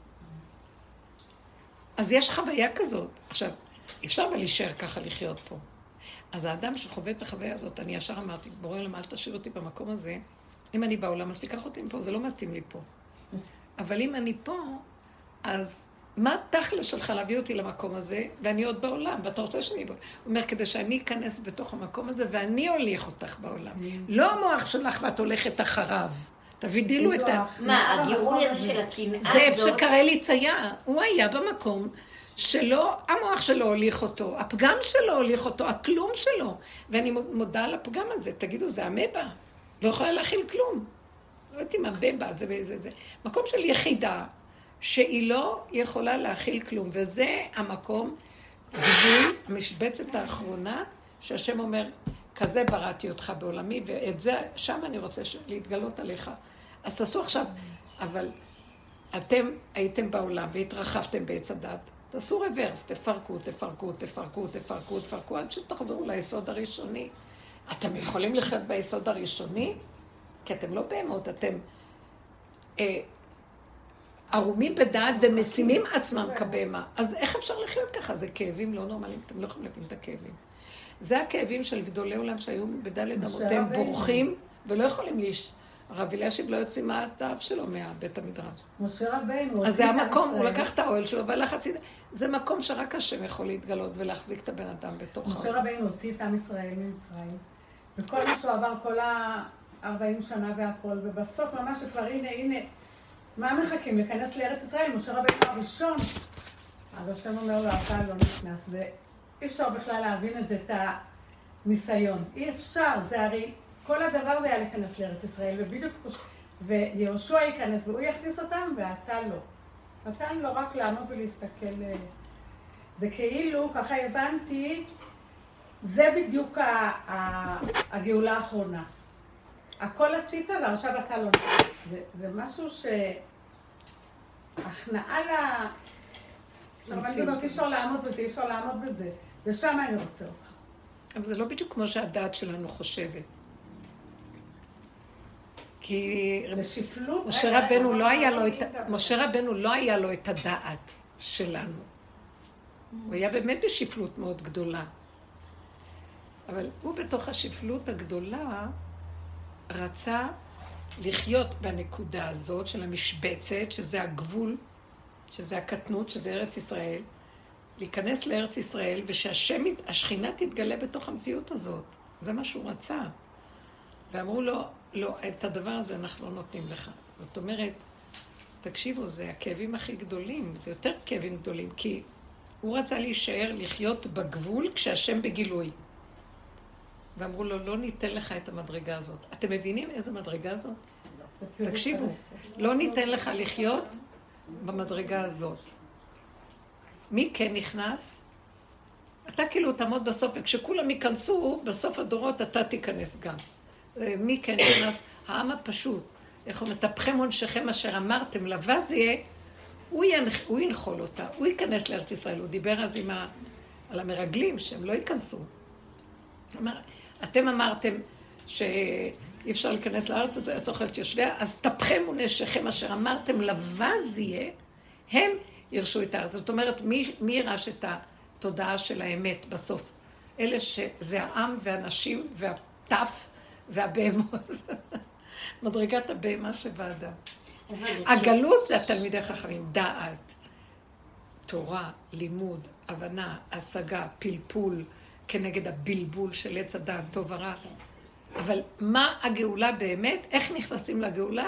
אז יש חוויה כזאת. עכשיו, אפשר אבל להישאר ככה לחיות פה. אז האדם שחווה את החוויה הזאת, אני ישר אמרתי, בורא למה, אל תשאיר אותי במקום הזה. אם אני בעולם, אז תיקח אותי מפה, זה לא מתאים לי פה. אבל אם אני פה, אז מה התכל'ס שלך להביא אותי למקום הזה, ואני עוד בעולם, ואתה רוצה שאני בו. הוא אומר, כדי שאני אכנס בתוך המקום הזה, ואני הוליך אותך בעולם. לא המוח שלך ואת הולכת אחריו. תבידילו את ה... מה, הגירוי הזה של הקנאה הזאת? זה איפה שקרא לי צייה. הוא היה במקום שלא, המוח שלו הוליך אותו, הפגם שלו הוליך אותו, הכלום שלו. ואני מודה על הפגם הזה. תגידו, זה המבא. לא יכולה להכיל כלום. לא יודעת אם המבא, זה וזה, זה. מקום של יחידה, שהיא לא יכולה להכיל כלום. וזה המקום, גבול, המשבצת האחרונה, שהשם אומר, כזה בראתי אותך בעולמי, ואת זה, שם אני רוצה להתגלות עליך. אז תעשו עכשיו, אבל אתם הייתם בעולם והתרחבתם בעץ הדת, תעשו רוורס, תפרקו, תפרקו, תפרקו, תפרקו, תפרקו, עד שתחזרו ליסוד הראשוני. אתם יכולים לחיות ביסוד הראשוני? כי אתם לא בהמות, אתם אה, ערומים בדעת ומשימים עצמם כבהמה. אז איך אפשר לחיות ככה? זה כאבים לא נורמליים, אתם לא יכולים להבין את הכאבים. זה הכאבים של גדולי עולם שהיו בדלת אמותיהם בורחים ולא יכולים להש... הרב אלישיב לא יוצאים מהתאב שלו מהבית המדרש. משה רבנו. אז זה המקום, הוא לקח את האוהל שלו והלך הצידה. זה מקום שרק השם יכול להתגלות ולהחזיק את הבן אדם בתוך האוהל. משה רבנו הוציא את עם ישראל ממצרים, וכל מה שהוא עבר כל ה-ארבעים שנה והכל, ובסוף ממש שכבר הנה, הנה, מה מחכים? להיכנס לארץ ישראל, משה רבנו הראשון. אז השם אומר לו, אתה לא נכנס, אי אפשר בכלל להבין את זה, את הניסיון. אי אפשר, זה הרי, כל הדבר זה היה להיכנס לארץ ישראל, ובדיוק, ויהושע ייכנס, והוא יכניס אותם, ואתה לא. נתן לו רק לעמוד ולהסתכל. זה כאילו, ככה הבנתי, זה בדיוק הגאולה האחרונה. הכל עשית ועכשיו אתה לא נכנס. זה, זה משהו ש... הכנעה ל... אי אפשר לעמוד בזה, אי אפשר לעמוד בזה. ושם אני רוצה אותך. אבל זה לא בדיוק כמו שהדעת שלנו חושבת. כי... זה שפלות. משה רבנו לא היה לו את... משה רבנו לא היה לו את הדעת שלנו. הוא היה באמת בשפלות מאוד גדולה. אבל הוא בתוך השפלות הגדולה רצה לחיות בנקודה הזאת של המשבצת, שזה הגבול, שזה הקטנות, שזה ארץ ישראל, להיכנס לארץ ישראל, ושהשם, השכינה תתגלה בתוך המציאות הזאת. זה מה שהוא רצה. ואמרו לו, לא, את הדבר הזה אנחנו לא נותנים לך. זאת אומרת, תקשיבו, זה הכאבים הכי גדולים, זה יותר כאבים גדולים, כי הוא רצה להישאר, לחיות בגבול כשהשם בגילוי. ואמרו לו, לא ניתן לך את המדרגה הזאת. אתם מבינים איזה מדרגה זאת? תקשיבו, לא ניתן לך לחיות במדרגה הזאת. מי כן נכנס? אתה כאילו תעמוד בסוף, וכשכולם ייכנסו, בסוף הדורות אתה תיכנס גם. מי כן נכנס? העם הפשוט. איך אומרים, תפכם עונשכם אשר אמרתם, לבז יהיה, הוא, ינח, הוא ינחול אותה, הוא ייכנס לארץ ישראל. הוא דיבר אז עם ה, על המרגלים, שהם לא ייכנסו. אמר, אתם אמרתם שאי אפשר להיכנס לארץ, זה צריך להיות יושביה, אז תפכם עונשכם אשר אמרתם, לבז יהיה, הם ירשו את הארץ. זאת אומרת, מי, מי ירש את התודעה של האמת בסוף? אלה שזה העם והנשים והטף והבהמות. מדרגת הבהמה שבאדם. הגלות זה התלמידי חכמים, דעת, תורה, לימוד, הבנה, השגה, פלפול, כנגד הבלבול של עץ הדעת, טוב ורע. אבל מה הגאולה באמת? איך נכנסים לגאולה?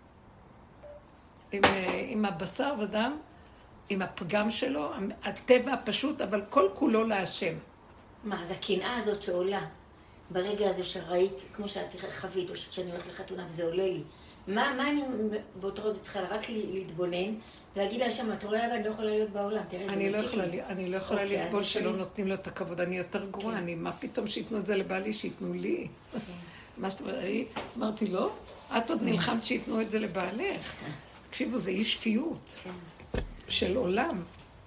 עם, עם הבשר ודם, עם הפגם שלו, הטבע הפשוט, אבל כל כולו להשם. מה, אז הקנאה הזאת שעולה ברגע הזה שראית, כמו שאת חווית, או כשאני הולכת לחתונה וזה עולה לי, מה, מה אני באותו רגע צריכה רק להתבונן, להגיד לה שם, את רואה, אני לא יכולה להיות בעולם, תראה, זה מציק לי. אני לא יכולה לסבול שלא נותנים לו את הכבוד, אני יותר גרועה, אני, מה פתאום שיתנו את זה לבעלי, שיתנו לי? מה זאת אומרת, אמרתי, לא? את עוד נלחמת שיתנו את זה לבעלך. תקשיבו, זה אי שפיות של עולם.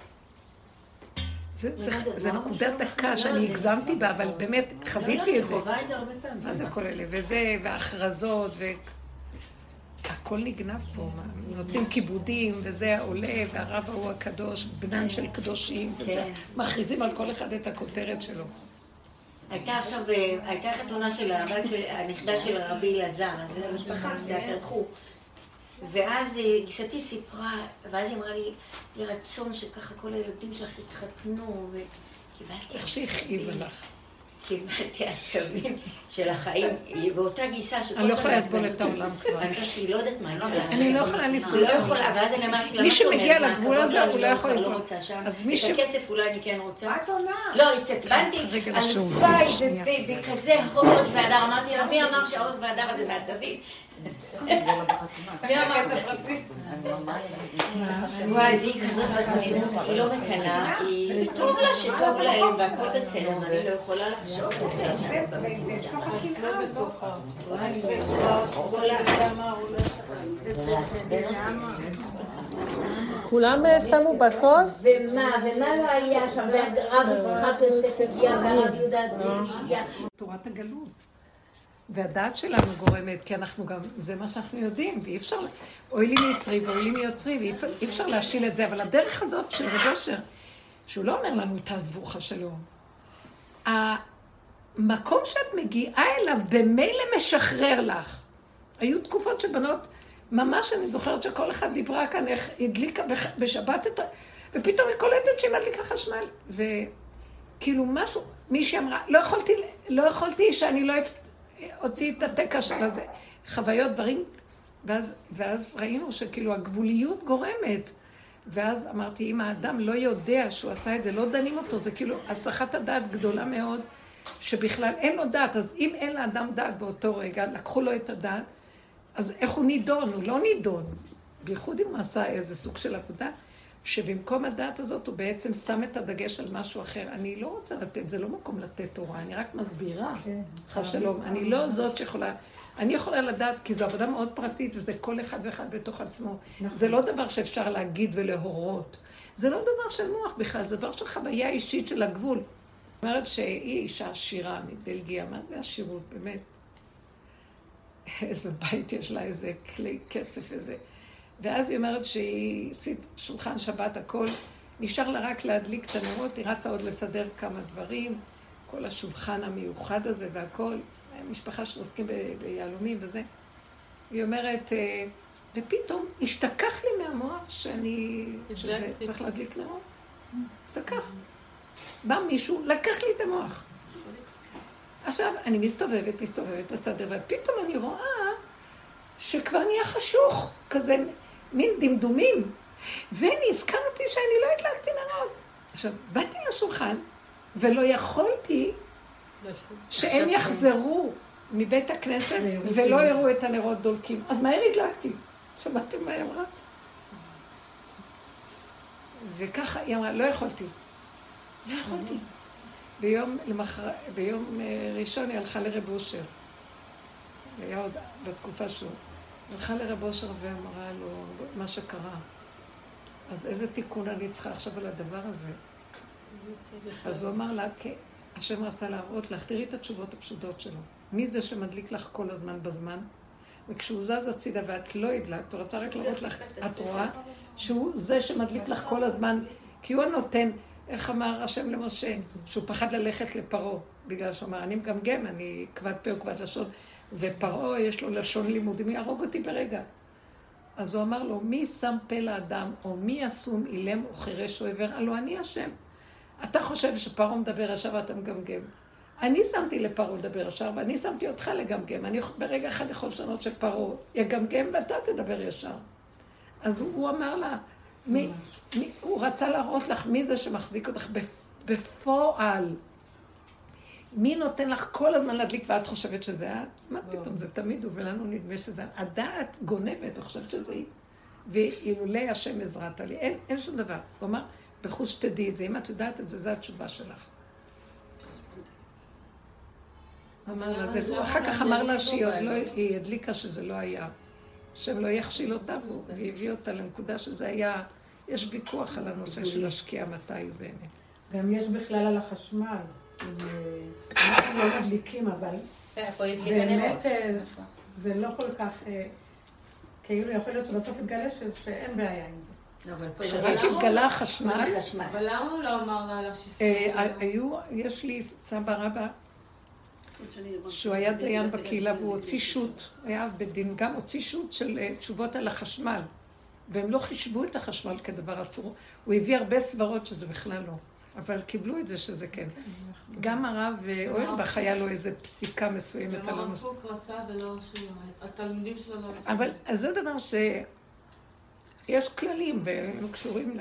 זה נקודה דקה שאני הגזמתי בה, אבל באמת חוויתי את זה. אני חווה את זה הרבה פעמים. מה זה כל אלה? וזה, וההכרזות, ו... הכל נגנב פה, נותנים כיבודים, וזה עולה, והרב ההוא הקדוש, בנן של קדושים, וזה, מכריזים על כל אחד את הכותרת שלו. הייתה עכשיו, הייתה חתונה של הבת של, הנכדה של הרבי אלעזר, אז המשפחה קצת הלכו. ואז גיסתי סיפרה, ואז היא אמרה לי, יהיה רצון שככה כל הילדים שלך יתחתנו, וקיבלתי... איך שהכאיבה לך. קיבלתי עצבים של החיים, באותה גיסה שכל... אני לא יכולה לסבול את העולם כבר. אני חושבת שהיא לא יודעת מה היא. אני לא יכולה לסבול את העולם. ואז אני אמרתי לה, מי שמגיע לגבול הזה, הוא לא יכול לסבול. את הכסף אולי אני כן רוצה. מה את עונה? לא, התעצבנתי, הלוואי בכזה עוז והדר. אמרתי לה, מי אמר שהעוז והדר הזה מעצבים? מי אמר את הפרטי? וואי, והיא כזאת בתמינות, היא לא מקנה, היא טוב לה שטוב להם והכל בסדר, אני לא יכולה לחשוב. כולם שמו בכוס? ומה, ומה לא היה שם, והרב יצחק יוסף הגיע, והרב יהודה הגיע. תורת הגלות. והדעת שלנו גורמת, כי אנחנו גם, זה מה שאנחנו יודעים, ואי אפשר, אוי לי מיצרי ואוי לי מיוצרי, ואי אפשר, אפשר להשיל את זה, אבל הדרך הזאת של רב אושר, שהוא לא אומר לנו, תעזבו חשלום. המקום שאת מגיעה אליו, במילא משחרר לך. היו תקופות שבנות, ממש אני זוכרת שכל אחד דיברה כאן, איך הדליקה בשבת, את, ופתאום היא קולטת שהיא מדליקה חשמל, וכאילו משהו, מישהי אמרה, לא יכולתי, לא יכולתי שאני לא אפת... הוציא את התקע של הזה, חוויות דברים, ואז, ואז ראינו שכאילו הגבוליות גורמת, ואז אמרתי, אם האדם לא יודע שהוא עשה את זה, לא דנים אותו, זה כאילו הסחת הדעת גדולה מאוד, שבכלל אין לו דעת, אז אם אין לאדם דעת באותו רגע, לקחו לו את הדעת, אז איך הוא נידון? הוא לא נידון. בייחוד אם הוא עשה איזה סוג של עבודה, שבמקום הדעת הזאת הוא בעצם שם את הדגש על משהו אחר. אני לא רוצה לתת, זה לא מקום לתת תורה, אני רק מסבירה, חס שלום. אני לא זאת שיכולה, אני יכולה לדעת, כי זו עבודה מאוד פרטית, וזה כל אחד ואחד בתוך עצמו. זה לא דבר שאפשר להגיד ולהורות. זה לא דבר של מוח בכלל, זה דבר של חוויה אישית של הגבול. זאת אומרת שהיא אישה עשירה מבלגיה, מה זה עשירות, באמת? איזה בית יש לה, איזה כלי כסף, איזה... ואז היא אומרת שהיא עשית שולחן שבת, הכל, נשאר לה רק להדליק את הנרות, היא רצה עוד לסדר כמה דברים, כל השולחן המיוחד הזה והכל, משפחה שעוסקים ביהלומים וזה. היא אומרת, ופתאום השתכח לי מהמוח שאני, שזה צריך להדליק נרות. השתכח. בא מישהו, לקח לי את המוח. עכשיו, אני מסתובבת, מסתובבת, מסתדר, ופתאום אני רואה שכבר נהיה חשוך, כזה מין דמדומים, ונזכרתי שאני לא הדלקתי נרות. עכשיו, באתי לשולחן, ולא יכולתי שהם יחזרו מבית הכנסת, ולא יראו את הנרות דולקים. אז מהר הדלקתי. שמעתם מה היא אמרה? וככה היא אמרה, לא יכולתי. לא יכולתי. ביום, למחר, ביום ראשון היא הלכה לרב אושר. היה עוד בתקופה שהוא. הלכה לרב אושר ואמרה לו מה שקרה. אז איזה תיקון אני צריכה עכשיו על הדבר הזה? אז הוא אמר לה, כי השם רצה להראות לך, תראי את התשובות הפשוטות שלו. מי זה שמדליק לך כל הזמן בזמן? וכשהוא זז הצידה ואת לא הדלקת, הוא רצה רק להראות לך, את רואה שהוא זה שמדליק לך כל הזמן, כי הוא הנותן, איך אמר השם למשה, שהוא פחד ללכת לפרעה, בגלל שהוא אמר, אני מגמגם, אני כבד פה וכבד לשון, ופרעה יש לו לשון לימוד, מי יהרוג אותי ברגע? אז הוא אמר לו, מי שם פה לאדם, או מי אסום אילם או חירש או עיוור? הלוא אני השם. אתה חושב שפרעה מדבר ישר ואתה מגמגם. אני שמתי לפרעה לדבר ישר, ואני שמתי אותך לגמגם. אני ברגע אחד יכול לשנות שפרעה יגמגם, ואתה תדבר ישר. אז הוא, הוא אמר לה, מי, מי, הוא רצה להראות לך מי זה שמחזיק אותך בפועל. מי נותן לך כל הזמן להדליק ואת חושבת שזה את? מה פתאום, זה תמיד הוא, ולנו נדמה שזה את. הדעת גונבת, הוא חושבת שזה היא. ואילולי השם עזרת לי. אין, אין שום דבר. הוא אמר, בחוש תדעי את זה, אם את יודעת את זה, זה התשובה שלך. אמר לה, זה, אחר כך אמר לה שהיא עוד לא, היא הדליקה שזה לא היה. השם לא יכשיל אותה, והביא אותה לנקודה שזה היה, יש ויכוח על הנושא של השקיעה מתי הוא באמת. גם יש בכלל על החשמל. אנחנו לא מדליקים, אבל באמת זה לא כל כך, כאילו יכול להיות שבסוף התגלה שאין בעיה עם זה. שרק התגלה החשמל, אבל למה הוא לא אמר לה על השפלות? היו, יש לי סבא רבא, שהוא היה דיין בקהילה והוא הוציא שוט, היה בדין, גם הוציא שוט של תשובות על החשמל, והם לא חישבו את החשמל כדבר אסור, הוא הביא הרבה סברות שזה בכלל לא. אבל קיבלו את זה שזה כן. גם הרב אוירבך היה לו איזו פסיקה מסוימת. גם הרב קוק רצה ולא שהוא, התלמידים שלו לא עשו. אבל זה דבר שיש כללים והם קשורים ל...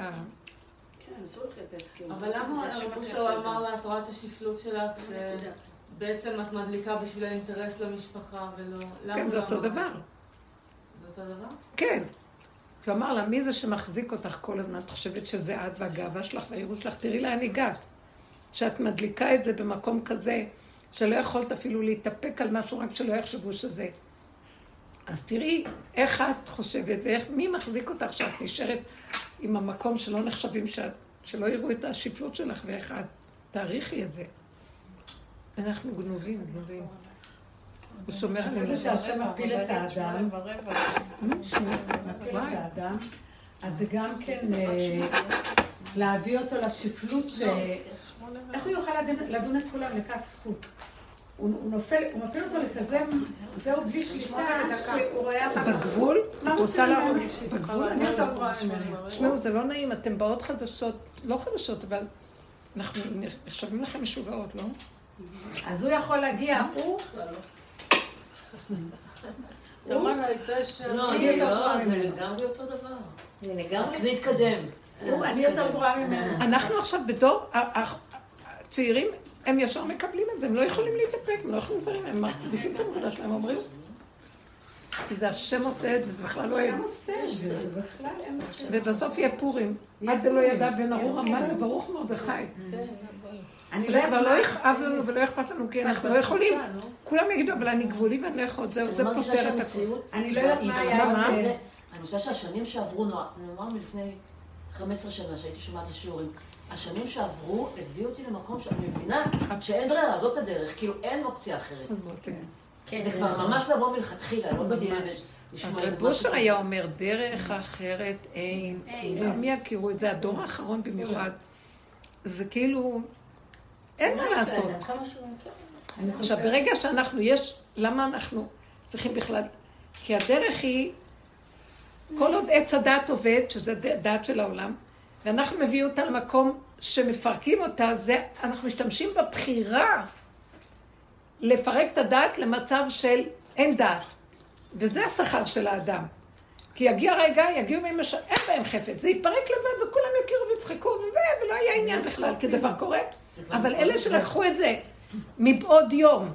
אבל למה הרב שלו אמר לה, את רואה את השפלות שלך, שבעצם את מדליקה בשביל האינטרס למשפחה ולא... כן, זה אותו דבר. זה אותו דבר? כן. הוא אמר לה, מי זה שמחזיק אותך כל הזמן? את חושבת שזה את והגאווה שלך והעירות שלך? תראי לאן הגעת. שאת מדליקה את זה במקום כזה, שלא יכולת אפילו להתאפק על משהו, רק שלא יחשבו שזה. אז תראי איך את חושבת, ומי מחזיק אותך שאת נשארת עם המקום שלא נחשבים, שאת, שלא יראו את השפלות שלך, ואיך את תעריכי את זה. אנחנו גנובים, גנובים. הוא שומר עלינו. אפילו שהשם מפיל את האדם, מפיל את האדם, אז זה גם כן להביא אותו לשפלות ש... איך הוא יוכל לדון את כולם לכך זכות? הוא נופל, הוא מפיל אותו לכזה, זהו בלי שליטה, שהוא רואה... בגבול? את רוצה להראות? בגבול? אני רוצה לראות ממנו. שמעו, זה לא נעים, אתם באות חדשות, לא חדשות, אבל אנחנו נחשבים לכם משוגעות, לא? אז הוא יכול להגיע, הוא... תמר הייתה שם. לא, אני לא, זה לגמרי אותו דבר. זה לגמרי. זה יתקדם. אני יותר גרועה ממנו. אנחנו עכשיו בדור, הצעירים, הם ישר מקבלים את זה, הם לא יכולים להתאפק, הם לא יכולים דברים, הם מצדיקים את המחודה שלהם, אומרים. כי זה השם עושה את זה, זה בכלל לא הם. השם עושה את זה, זה בכלל אין מחשב. ובסוף יהיה פורים. עד לא ידע בין ארור המן לברוך מרדכי. זה כבר לא יכאב לנו ולא אכפת לנו, כי אנחנו לא יכולים. כולם יגידו, אבל אני גבולי ואני לא יכול, זה פותר את הכל. אני לא יודעת מה היה. אני חושבת שהשנים שעברו, נאמר מלפני חמש עשרה שנה שהייתי שומעת לשיעורים, השנים שעברו הביאו אותי למקום שאני מבינה שאין ברירה, זאת הדרך, כאילו אין אופציה אחרת. אז בוא תראה. זה כבר ממש לבוא מלכתחילה, לא בדיוק. אז רב בושר היה אומר, דרך אחרת אין, כולם יכירו את זה, הדור האחרון במיוחד. זה כאילו, אין מה לעשות. עכשיו, ברגע שאנחנו, יש, למה אנחנו צריכים בכלל? כי הדרך היא, כל עוד עץ הדעת עובד, שזה דעת של העולם, ואנחנו מביאים אותה למקום שמפרקים אותה, זה, אנחנו משתמשים בבחירה לפרק את הדעת למצב של אין דעת. וזה השכר של האדם. כי יגיע רגע, יגיעו ממשל, אין בהם חפץ, זה יתפרק לבד וכולם יכירו ויצחקו וזה, ולא היה עניין בכלל, כי זה כבר קורה. אבל אלה שלקחו את זה מבעוד יום,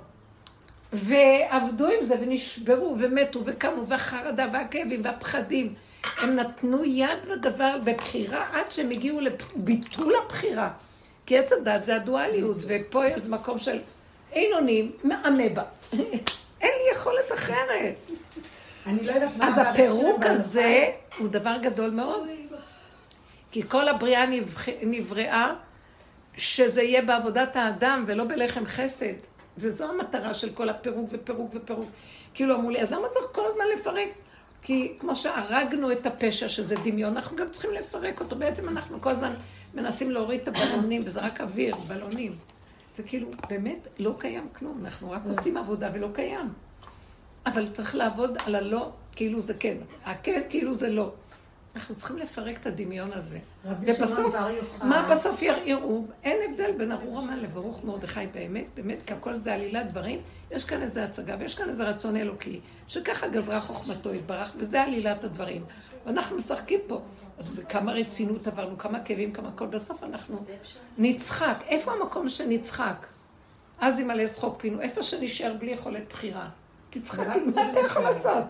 ועבדו עם זה ונשברו ומתו וקמו, והחרדה והכאבים והפחדים, הם נתנו יד בדבר בבחירה עד שהם הגיעו לביטול הבחירה. כי עץ הדת זה הדואליות, ופה יש מקום של אין אונים, מאמבה. אין לי יכולת אחרת. אני לא יודעת מה... אז הפירוק הזה הוא דבר גדול מאוד. כי כל הבריאה נבראה שזה יהיה בעבודת האדם ולא בלחם חסד. וזו המטרה של כל הפירוק ופירוק ופירוק. כאילו אמרו לי, אז למה צריך כל הזמן לפרק? כי כמו שהרגנו את הפשע שזה דמיון, אנחנו גם צריכים לפרק אותו. בעצם אנחנו כל הזמן מנסים להוריד את הבלונים, וזה רק אוויר, בלונים. זה כאילו, באמת לא קיים כלום. אנחנו רק עושים עבודה ולא קיים. אבל צריך לעבוד על הלא, כאילו זה כן. הכן, כאילו זה לא. אנחנו צריכים לפרק את הדמיון הזה. ובסוף, מה בסוף יראו? אין הבדל בין ארור המן לברוך מרדכי באמת, באמת, כי הכל זה עלילת דברים. יש כאן איזו הצגה ויש כאן איזה רצון אלוקי, שככה גזרה חוכמתו התברך, וזה עלילת הדברים. ואנחנו משחקים פה. אז כמה רצינות עברנו, כמה כאבים, כמה הכל. בסוף אנחנו נצחק. איפה המקום שנצחק? אז אם עלי שחוק פינו, איפה שנשאר בלי יכולת בחירה? תצחק, מה אתה יכול לעשות?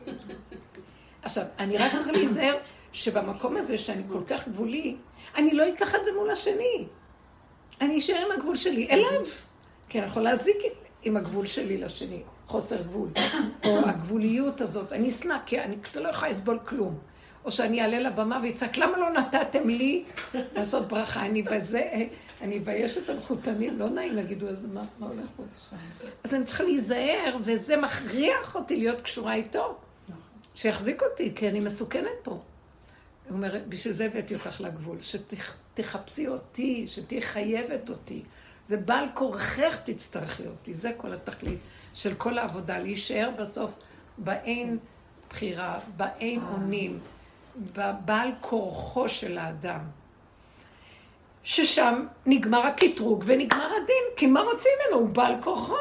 עכשיו, אני רק צריך להיזהר שבמקום הזה שאני כל כך גבולי, אני לא אקח את זה מול השני. אני אשאר עם הגבול שלי, אליו. כי אני יכולה להזיק עם הגבול שלי לשני, חוסר גבול. או הגבוליות הזאת, אני אשנא, כי אני לא יכולה לסבול כלום. או שאני אעלה לבמה ויצעק, למה לא נתתם לי לעשות ברכה? אני וזה, אני אבייש את המחותנים, לא נעים להגידו איזה מה, מה הולך פה. אז אני צריכה להיזהר, וזה מכריח אותי להיות קשורה איתו. שיחזיק אותי, כי אני מסוכנת פה. הוא אומר, בשביל זה הבאתי אותך לגבול, שתחפשי אותי, שתהי חייבת אותי. זה בעל כורכך תצטרכי אותי. זה כל התכלית של כל העבודה, להישאר בסוף באין בחירה, באין עונים, בבעל כורחו של האדם. ששם נגמר הקטרוג ונגמר הדין, כי מה רוצים ממנו? הוא בעל כורחו.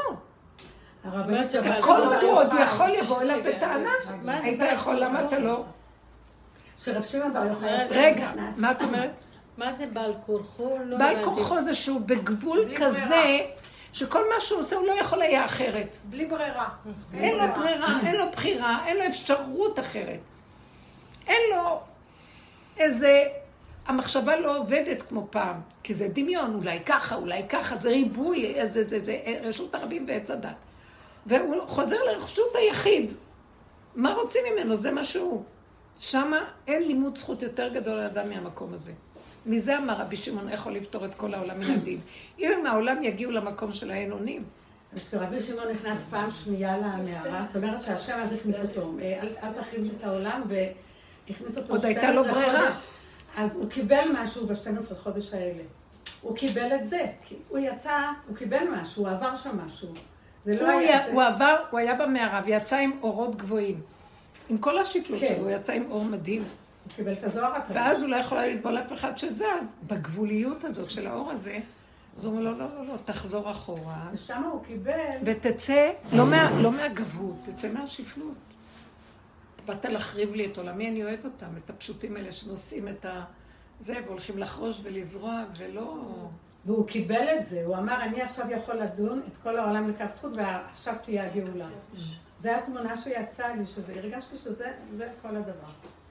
כל עוד יכול לבוא אליו בטענה, היית יכול, למה אתה לא? שרב שמעון בר יוחאי... רגע, מה את אומרת? מה זה בעל כורחו? בעל כורחו זה שהוא בגבול כזה, שכל מה שהוא עושה הוא לא יכול היה אחרת. בלי ברירה. אין לו ברירה, אין לו בחירה, אין לו אפשרות אחרת. אין לו איזה... המחשבה לא עובדת כמו פעם, כי זה דמיון, אולי ככה, אולי ככה, זה ריבוי, זה, זה, זה רשות הרבים ועץ הדת. והוא חוזר לרשות היחיד. מה רוצים ממנו? זה משהו. שמה אין לימוד זכות יותר גדול לאדם מהמקום הזה. מזה אמר רבי שמעון, יכול לפתור את כל העולם מן הדין. אם העולם יגיעו למקום של האין אונים. אז כשרבי שמעון נכנס פעם שנייה למערה, זאת אומרת שהשם אז הכניס אותו. אל תחריב את העולם והכניס אותו עוד הייתה לו ברירה. אז הוא קיבל משהו ב-שנים עשר חודש האלה. הוא קיבל את זה. הוא יצא, הוא קיבל משהו, הוא עבר שם משהו. זה לא היה... הוא עבר, הוא היה במערה ויצא עם אורות גבוהים. עם כל השפלות שלו, הוא יצא עם אור מדהים. הוא קיבל את הזוהר הקדוש. ואז הוא לא יכולה לסבול אף אחד שזה, אז בגבוליות הזאת של האור הזה, אז הוא אומר, לא, לא, לא, לא, תחזור אחורה. ושם הוא קיבל... ותצא, לא, מה, לא מהגבות, תצא מהשפלות. באת להחריב לי את עולמי, אני אוהב אותם, את הפשוטים האלה שנושאים את ה... זה, והולכים לחרוש ולזרוע, ולא... והוא קיבל את זה, הוא אמר, אני עכשיו יכול לדון את כל העולם לכף זכות, ועכשיו תהיה הגאולה. זו התמונה שיצאה לי, שזה, הרגשתי שזה זה כל הדבר.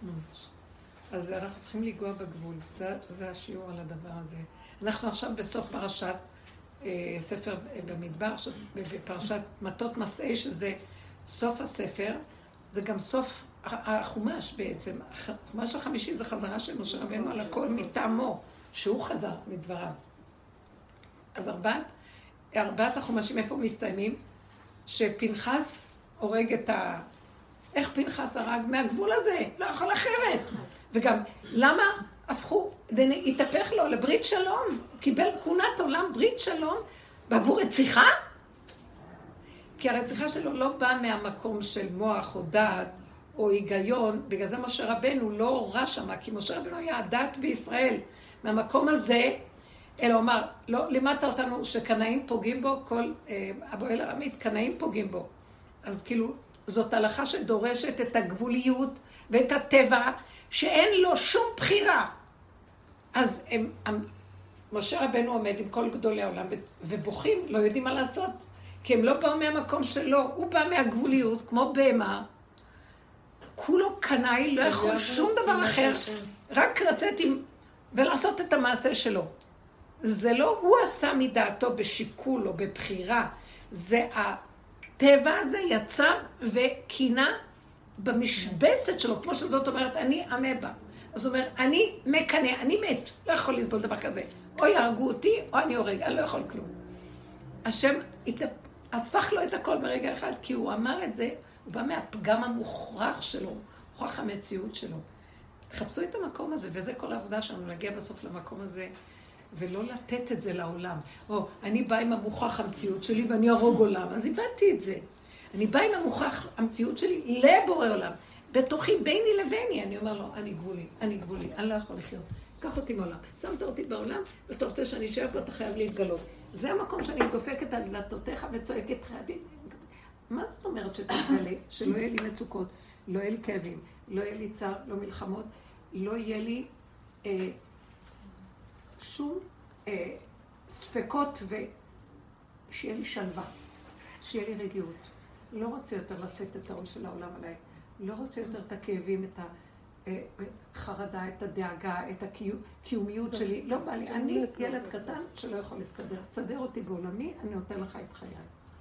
אז אנחנו צריכים לגוע בגבול, זה, זה השיעור על הדבר הזה. אנחנו עכשיו בסוף פרשת אה, ספר במדבר, בפרשת מטות מסעי, שזה סוף הספר, זה גם סוף החומש בעצם. החומש החמישי זה חזרה של משה רבנו על הכל מטעמו, שהוא חזר מדבריו. אז ארבעת, ארבעת החומשים איפה מסתיימים? שפנחס הורג את ה... איך פנחס הרג מהגבול הזה? לא יכול אחרת. וגם, למה הפכו, זה התהפך לו לברית שלום, קיבל כהונת עולם ברית שלום בעבור רציחה? כי הרציחה שלו לא באה מהמקום של מוח או דעת או היגיון, בגלל זה משה רבנו לא רע שמה, כי משה רבנו היה הדת בישראל. מהמקום הזה, אלא אומר, לא, לימדת אותנו שקנאים פוגעים בו, כל אה, אבו אל הרמית, קנאים פוגעים בו. אז כאילו, זאת הלכה שדורשת את הגבוליות ואת הטבע, שאין לו שום בחירה. אז הם, הם, משה רבנו עומד עם כל גדולי העולם ובוכים, לא יודעים מה לעשות, כי הם לא באו מהמקום שלו, הוא בא מהגבוליות, כמו בהמה, כולו קנאי, לא יכול שום דבר אחר, רק לצאת עם, ולעשות את המעשה שלו. זה לא הוא עשה מדעתו בשיקול או בבחירה, זה הטבע הזה יצא וקינה במשבצת שלו, כמו שזאת אומרת, אני אמבה. אז הוא אומר, אני מקנה, אני מת, לא יכול לסבול דבר כזה. או יהרגו אותי, או אני הורג, אני לא יכול כלום. השם הפך לו את הכל ברגע אחד, כי הוא אמר את זה, הוא בא מהפגם המוכרח שלו, מוכרח המציאות שלו. תחפשו את המקום הזה, וזה כל העבודה שלנו, להגיע בסוף למקום הזה, ולא לתת את זה לעולם. או, אני באה עם המוכרח המציאות שלי, ואני ארוג עולם, אז איבדתי את זה. אני באה עם המוכרח המציאות שלי לבורא עולם. בתוכי, ביני לביני, אני אומר לו, אני גבולי, אני גבולי, אני לא יכול לחיות. קח אותי מעולם. שמת אותי בעולם, ואתה רוצה שאני אשאר פה, אתה חייב להתגלות. זה המקום שאני דופקת על דלתותיך וצועקת חייבים. מה זאת אומרת שתתגלה? שלא יהיה לי מצוקות, לא יהיה לי כאבים, לא יהיה לי צער, לא מלחמות, לא יהיה לי אה, שום אה, ספקות ושיהיה לי שלווה, שיהיה לי רגיעות. לא רוצה יותר לשאת את העול של העולם עליי. לא רוצה יותר את הכאבים, את החרדה, את הדאגה, את הקיומיות שלי. לא בא לי. אני ילד קטן שלא יכול להסתדר. תסדר אותי בעולמי, אני נותן לך את חיי.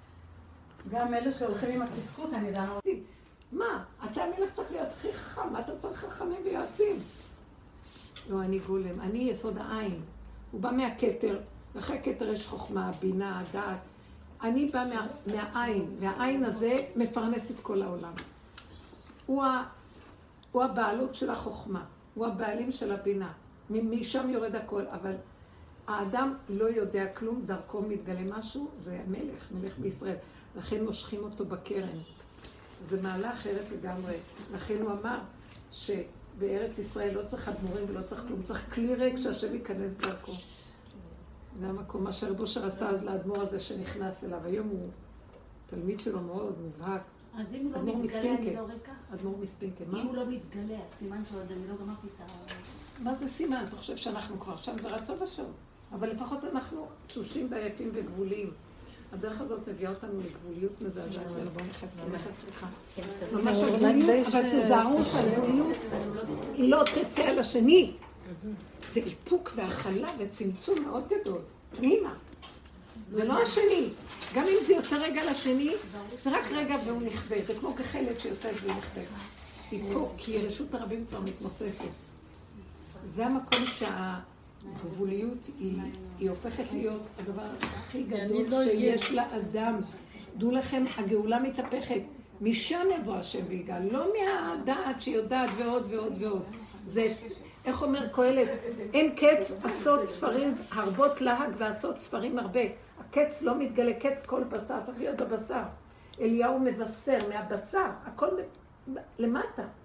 גם אלה שהולכים עם הצדקות, אני יודעת. מה? אתה המלך צריך להיות הכי חכם, מה אתה צריך חכמים ויועצים? לא, אני גולם. אני יסוד העין. הוא בא מהכתר, ואחרי הכתר יש חוכמה, בינה, הדעת. אני בא מה, מהעין, והעין הזה מפרנס את כל העולם. הוא, ה, הוא הבעלות של החוכמה, הוא הבעלים של הבינה. משם יורד הכל, אבל האדם לא יודע כלום, דרכו מתגלה משהו, זה מלך, מלך בישראל. לכן מושכים אותו בקרן. זה מעלה אחרת לגמרי. לכן הוא אמר שבארץ ישראל לא צריך אדמו"רים ולא צריך כלום, צריך כלי ריק שהשם ייכנס דרכו. זה המקום, מה שרב אושר עשה אז לאדמו"ר הזה שנכנס אליו. היום הוא תלמיד שלו מאוד מובהק. אז אם הוא לא מתגלה, אני לא רואה ככה. אדמו"ר מספינקה, מה? אם הוא לא מתגלה, הסימן שלו, אני לא גמרתי את ה... מה זה סימן? אתה חושב שאנחנו כבר שם ברצון ושוב. אבל לפחות אנחנו תשושים ויפים וגבוליים. הדרך הזאת מביאה אותנו לגבוליות מזעזעת. יאללה, בואו נחת, סליחה. ממש הגבוליות, אבל תזהרו שהגבוליות לא תצא על השני. זה איפוק והכלה וצמצום מאוד גדול. פנימה. ולא השני. גם אם זה יוצא רגע לשני, זה רק רגע והוא נכווה. זה כמו כחלק שיוצא והוא נכווה. איפוק, כי רשות הרבים כבר מתמוססת. זה המקום שהגבוליות היא, היא הופכת להיות הדבר הכי גדול שיש לאדם. דעו לכם, הגאולה מתהפכת. משם יבוא השם ויגאל, לא מהדעת שיודעת ועוד ועוד ועוד. זה, איך אומר קהלת, אין קץ עשות ספרים הרבות להג ועשות ספרים הרבה. הקץ לא מתגלה, קץ כל בשר, צריך להיות בבשר. אליהו מבשר מהבשר, הכל למטה.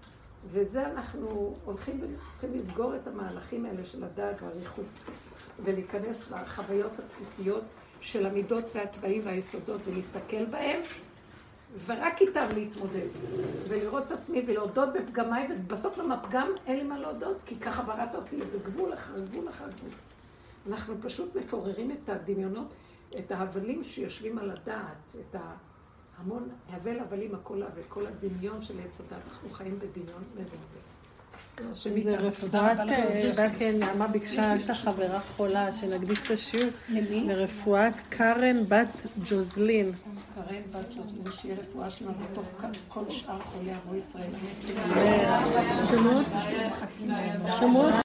ואת זה אנחנו הולכים וצריכים לסגור את המהלכים האלה של הדעת והריחוף, ולהיכנס לחוויות הבסיסיות של המידות והטבעים והיסודות, ולהסתכל בהם, ורק איתם להתמודד, ולראות את עצמי ולהודות בפגמיי, ובסוף למה פגם אין לי מה להודות, כי ככה בראת אותי, זה גבול אחר גבול אחר גבול. אנחנו פשוט מפוררים את הדמיונות, את ההבלים שיושבים על הדעת, את ההמון הבל הבלים, הכל הבל, כל הדמיון של עץ הדעת, אנחנו חיים בדמיון מזעזע. זה רפואת, רק נעמה ביקשה, יש לה חברה חולה, שנקדיש את השיעור. למי? לרפואת קרן בת ג'וזלין. קרן בת ג'וזלין, שיהיה רפואה שלמה בתוך כל שאר חולי עמו ישראל. שמות? שמות?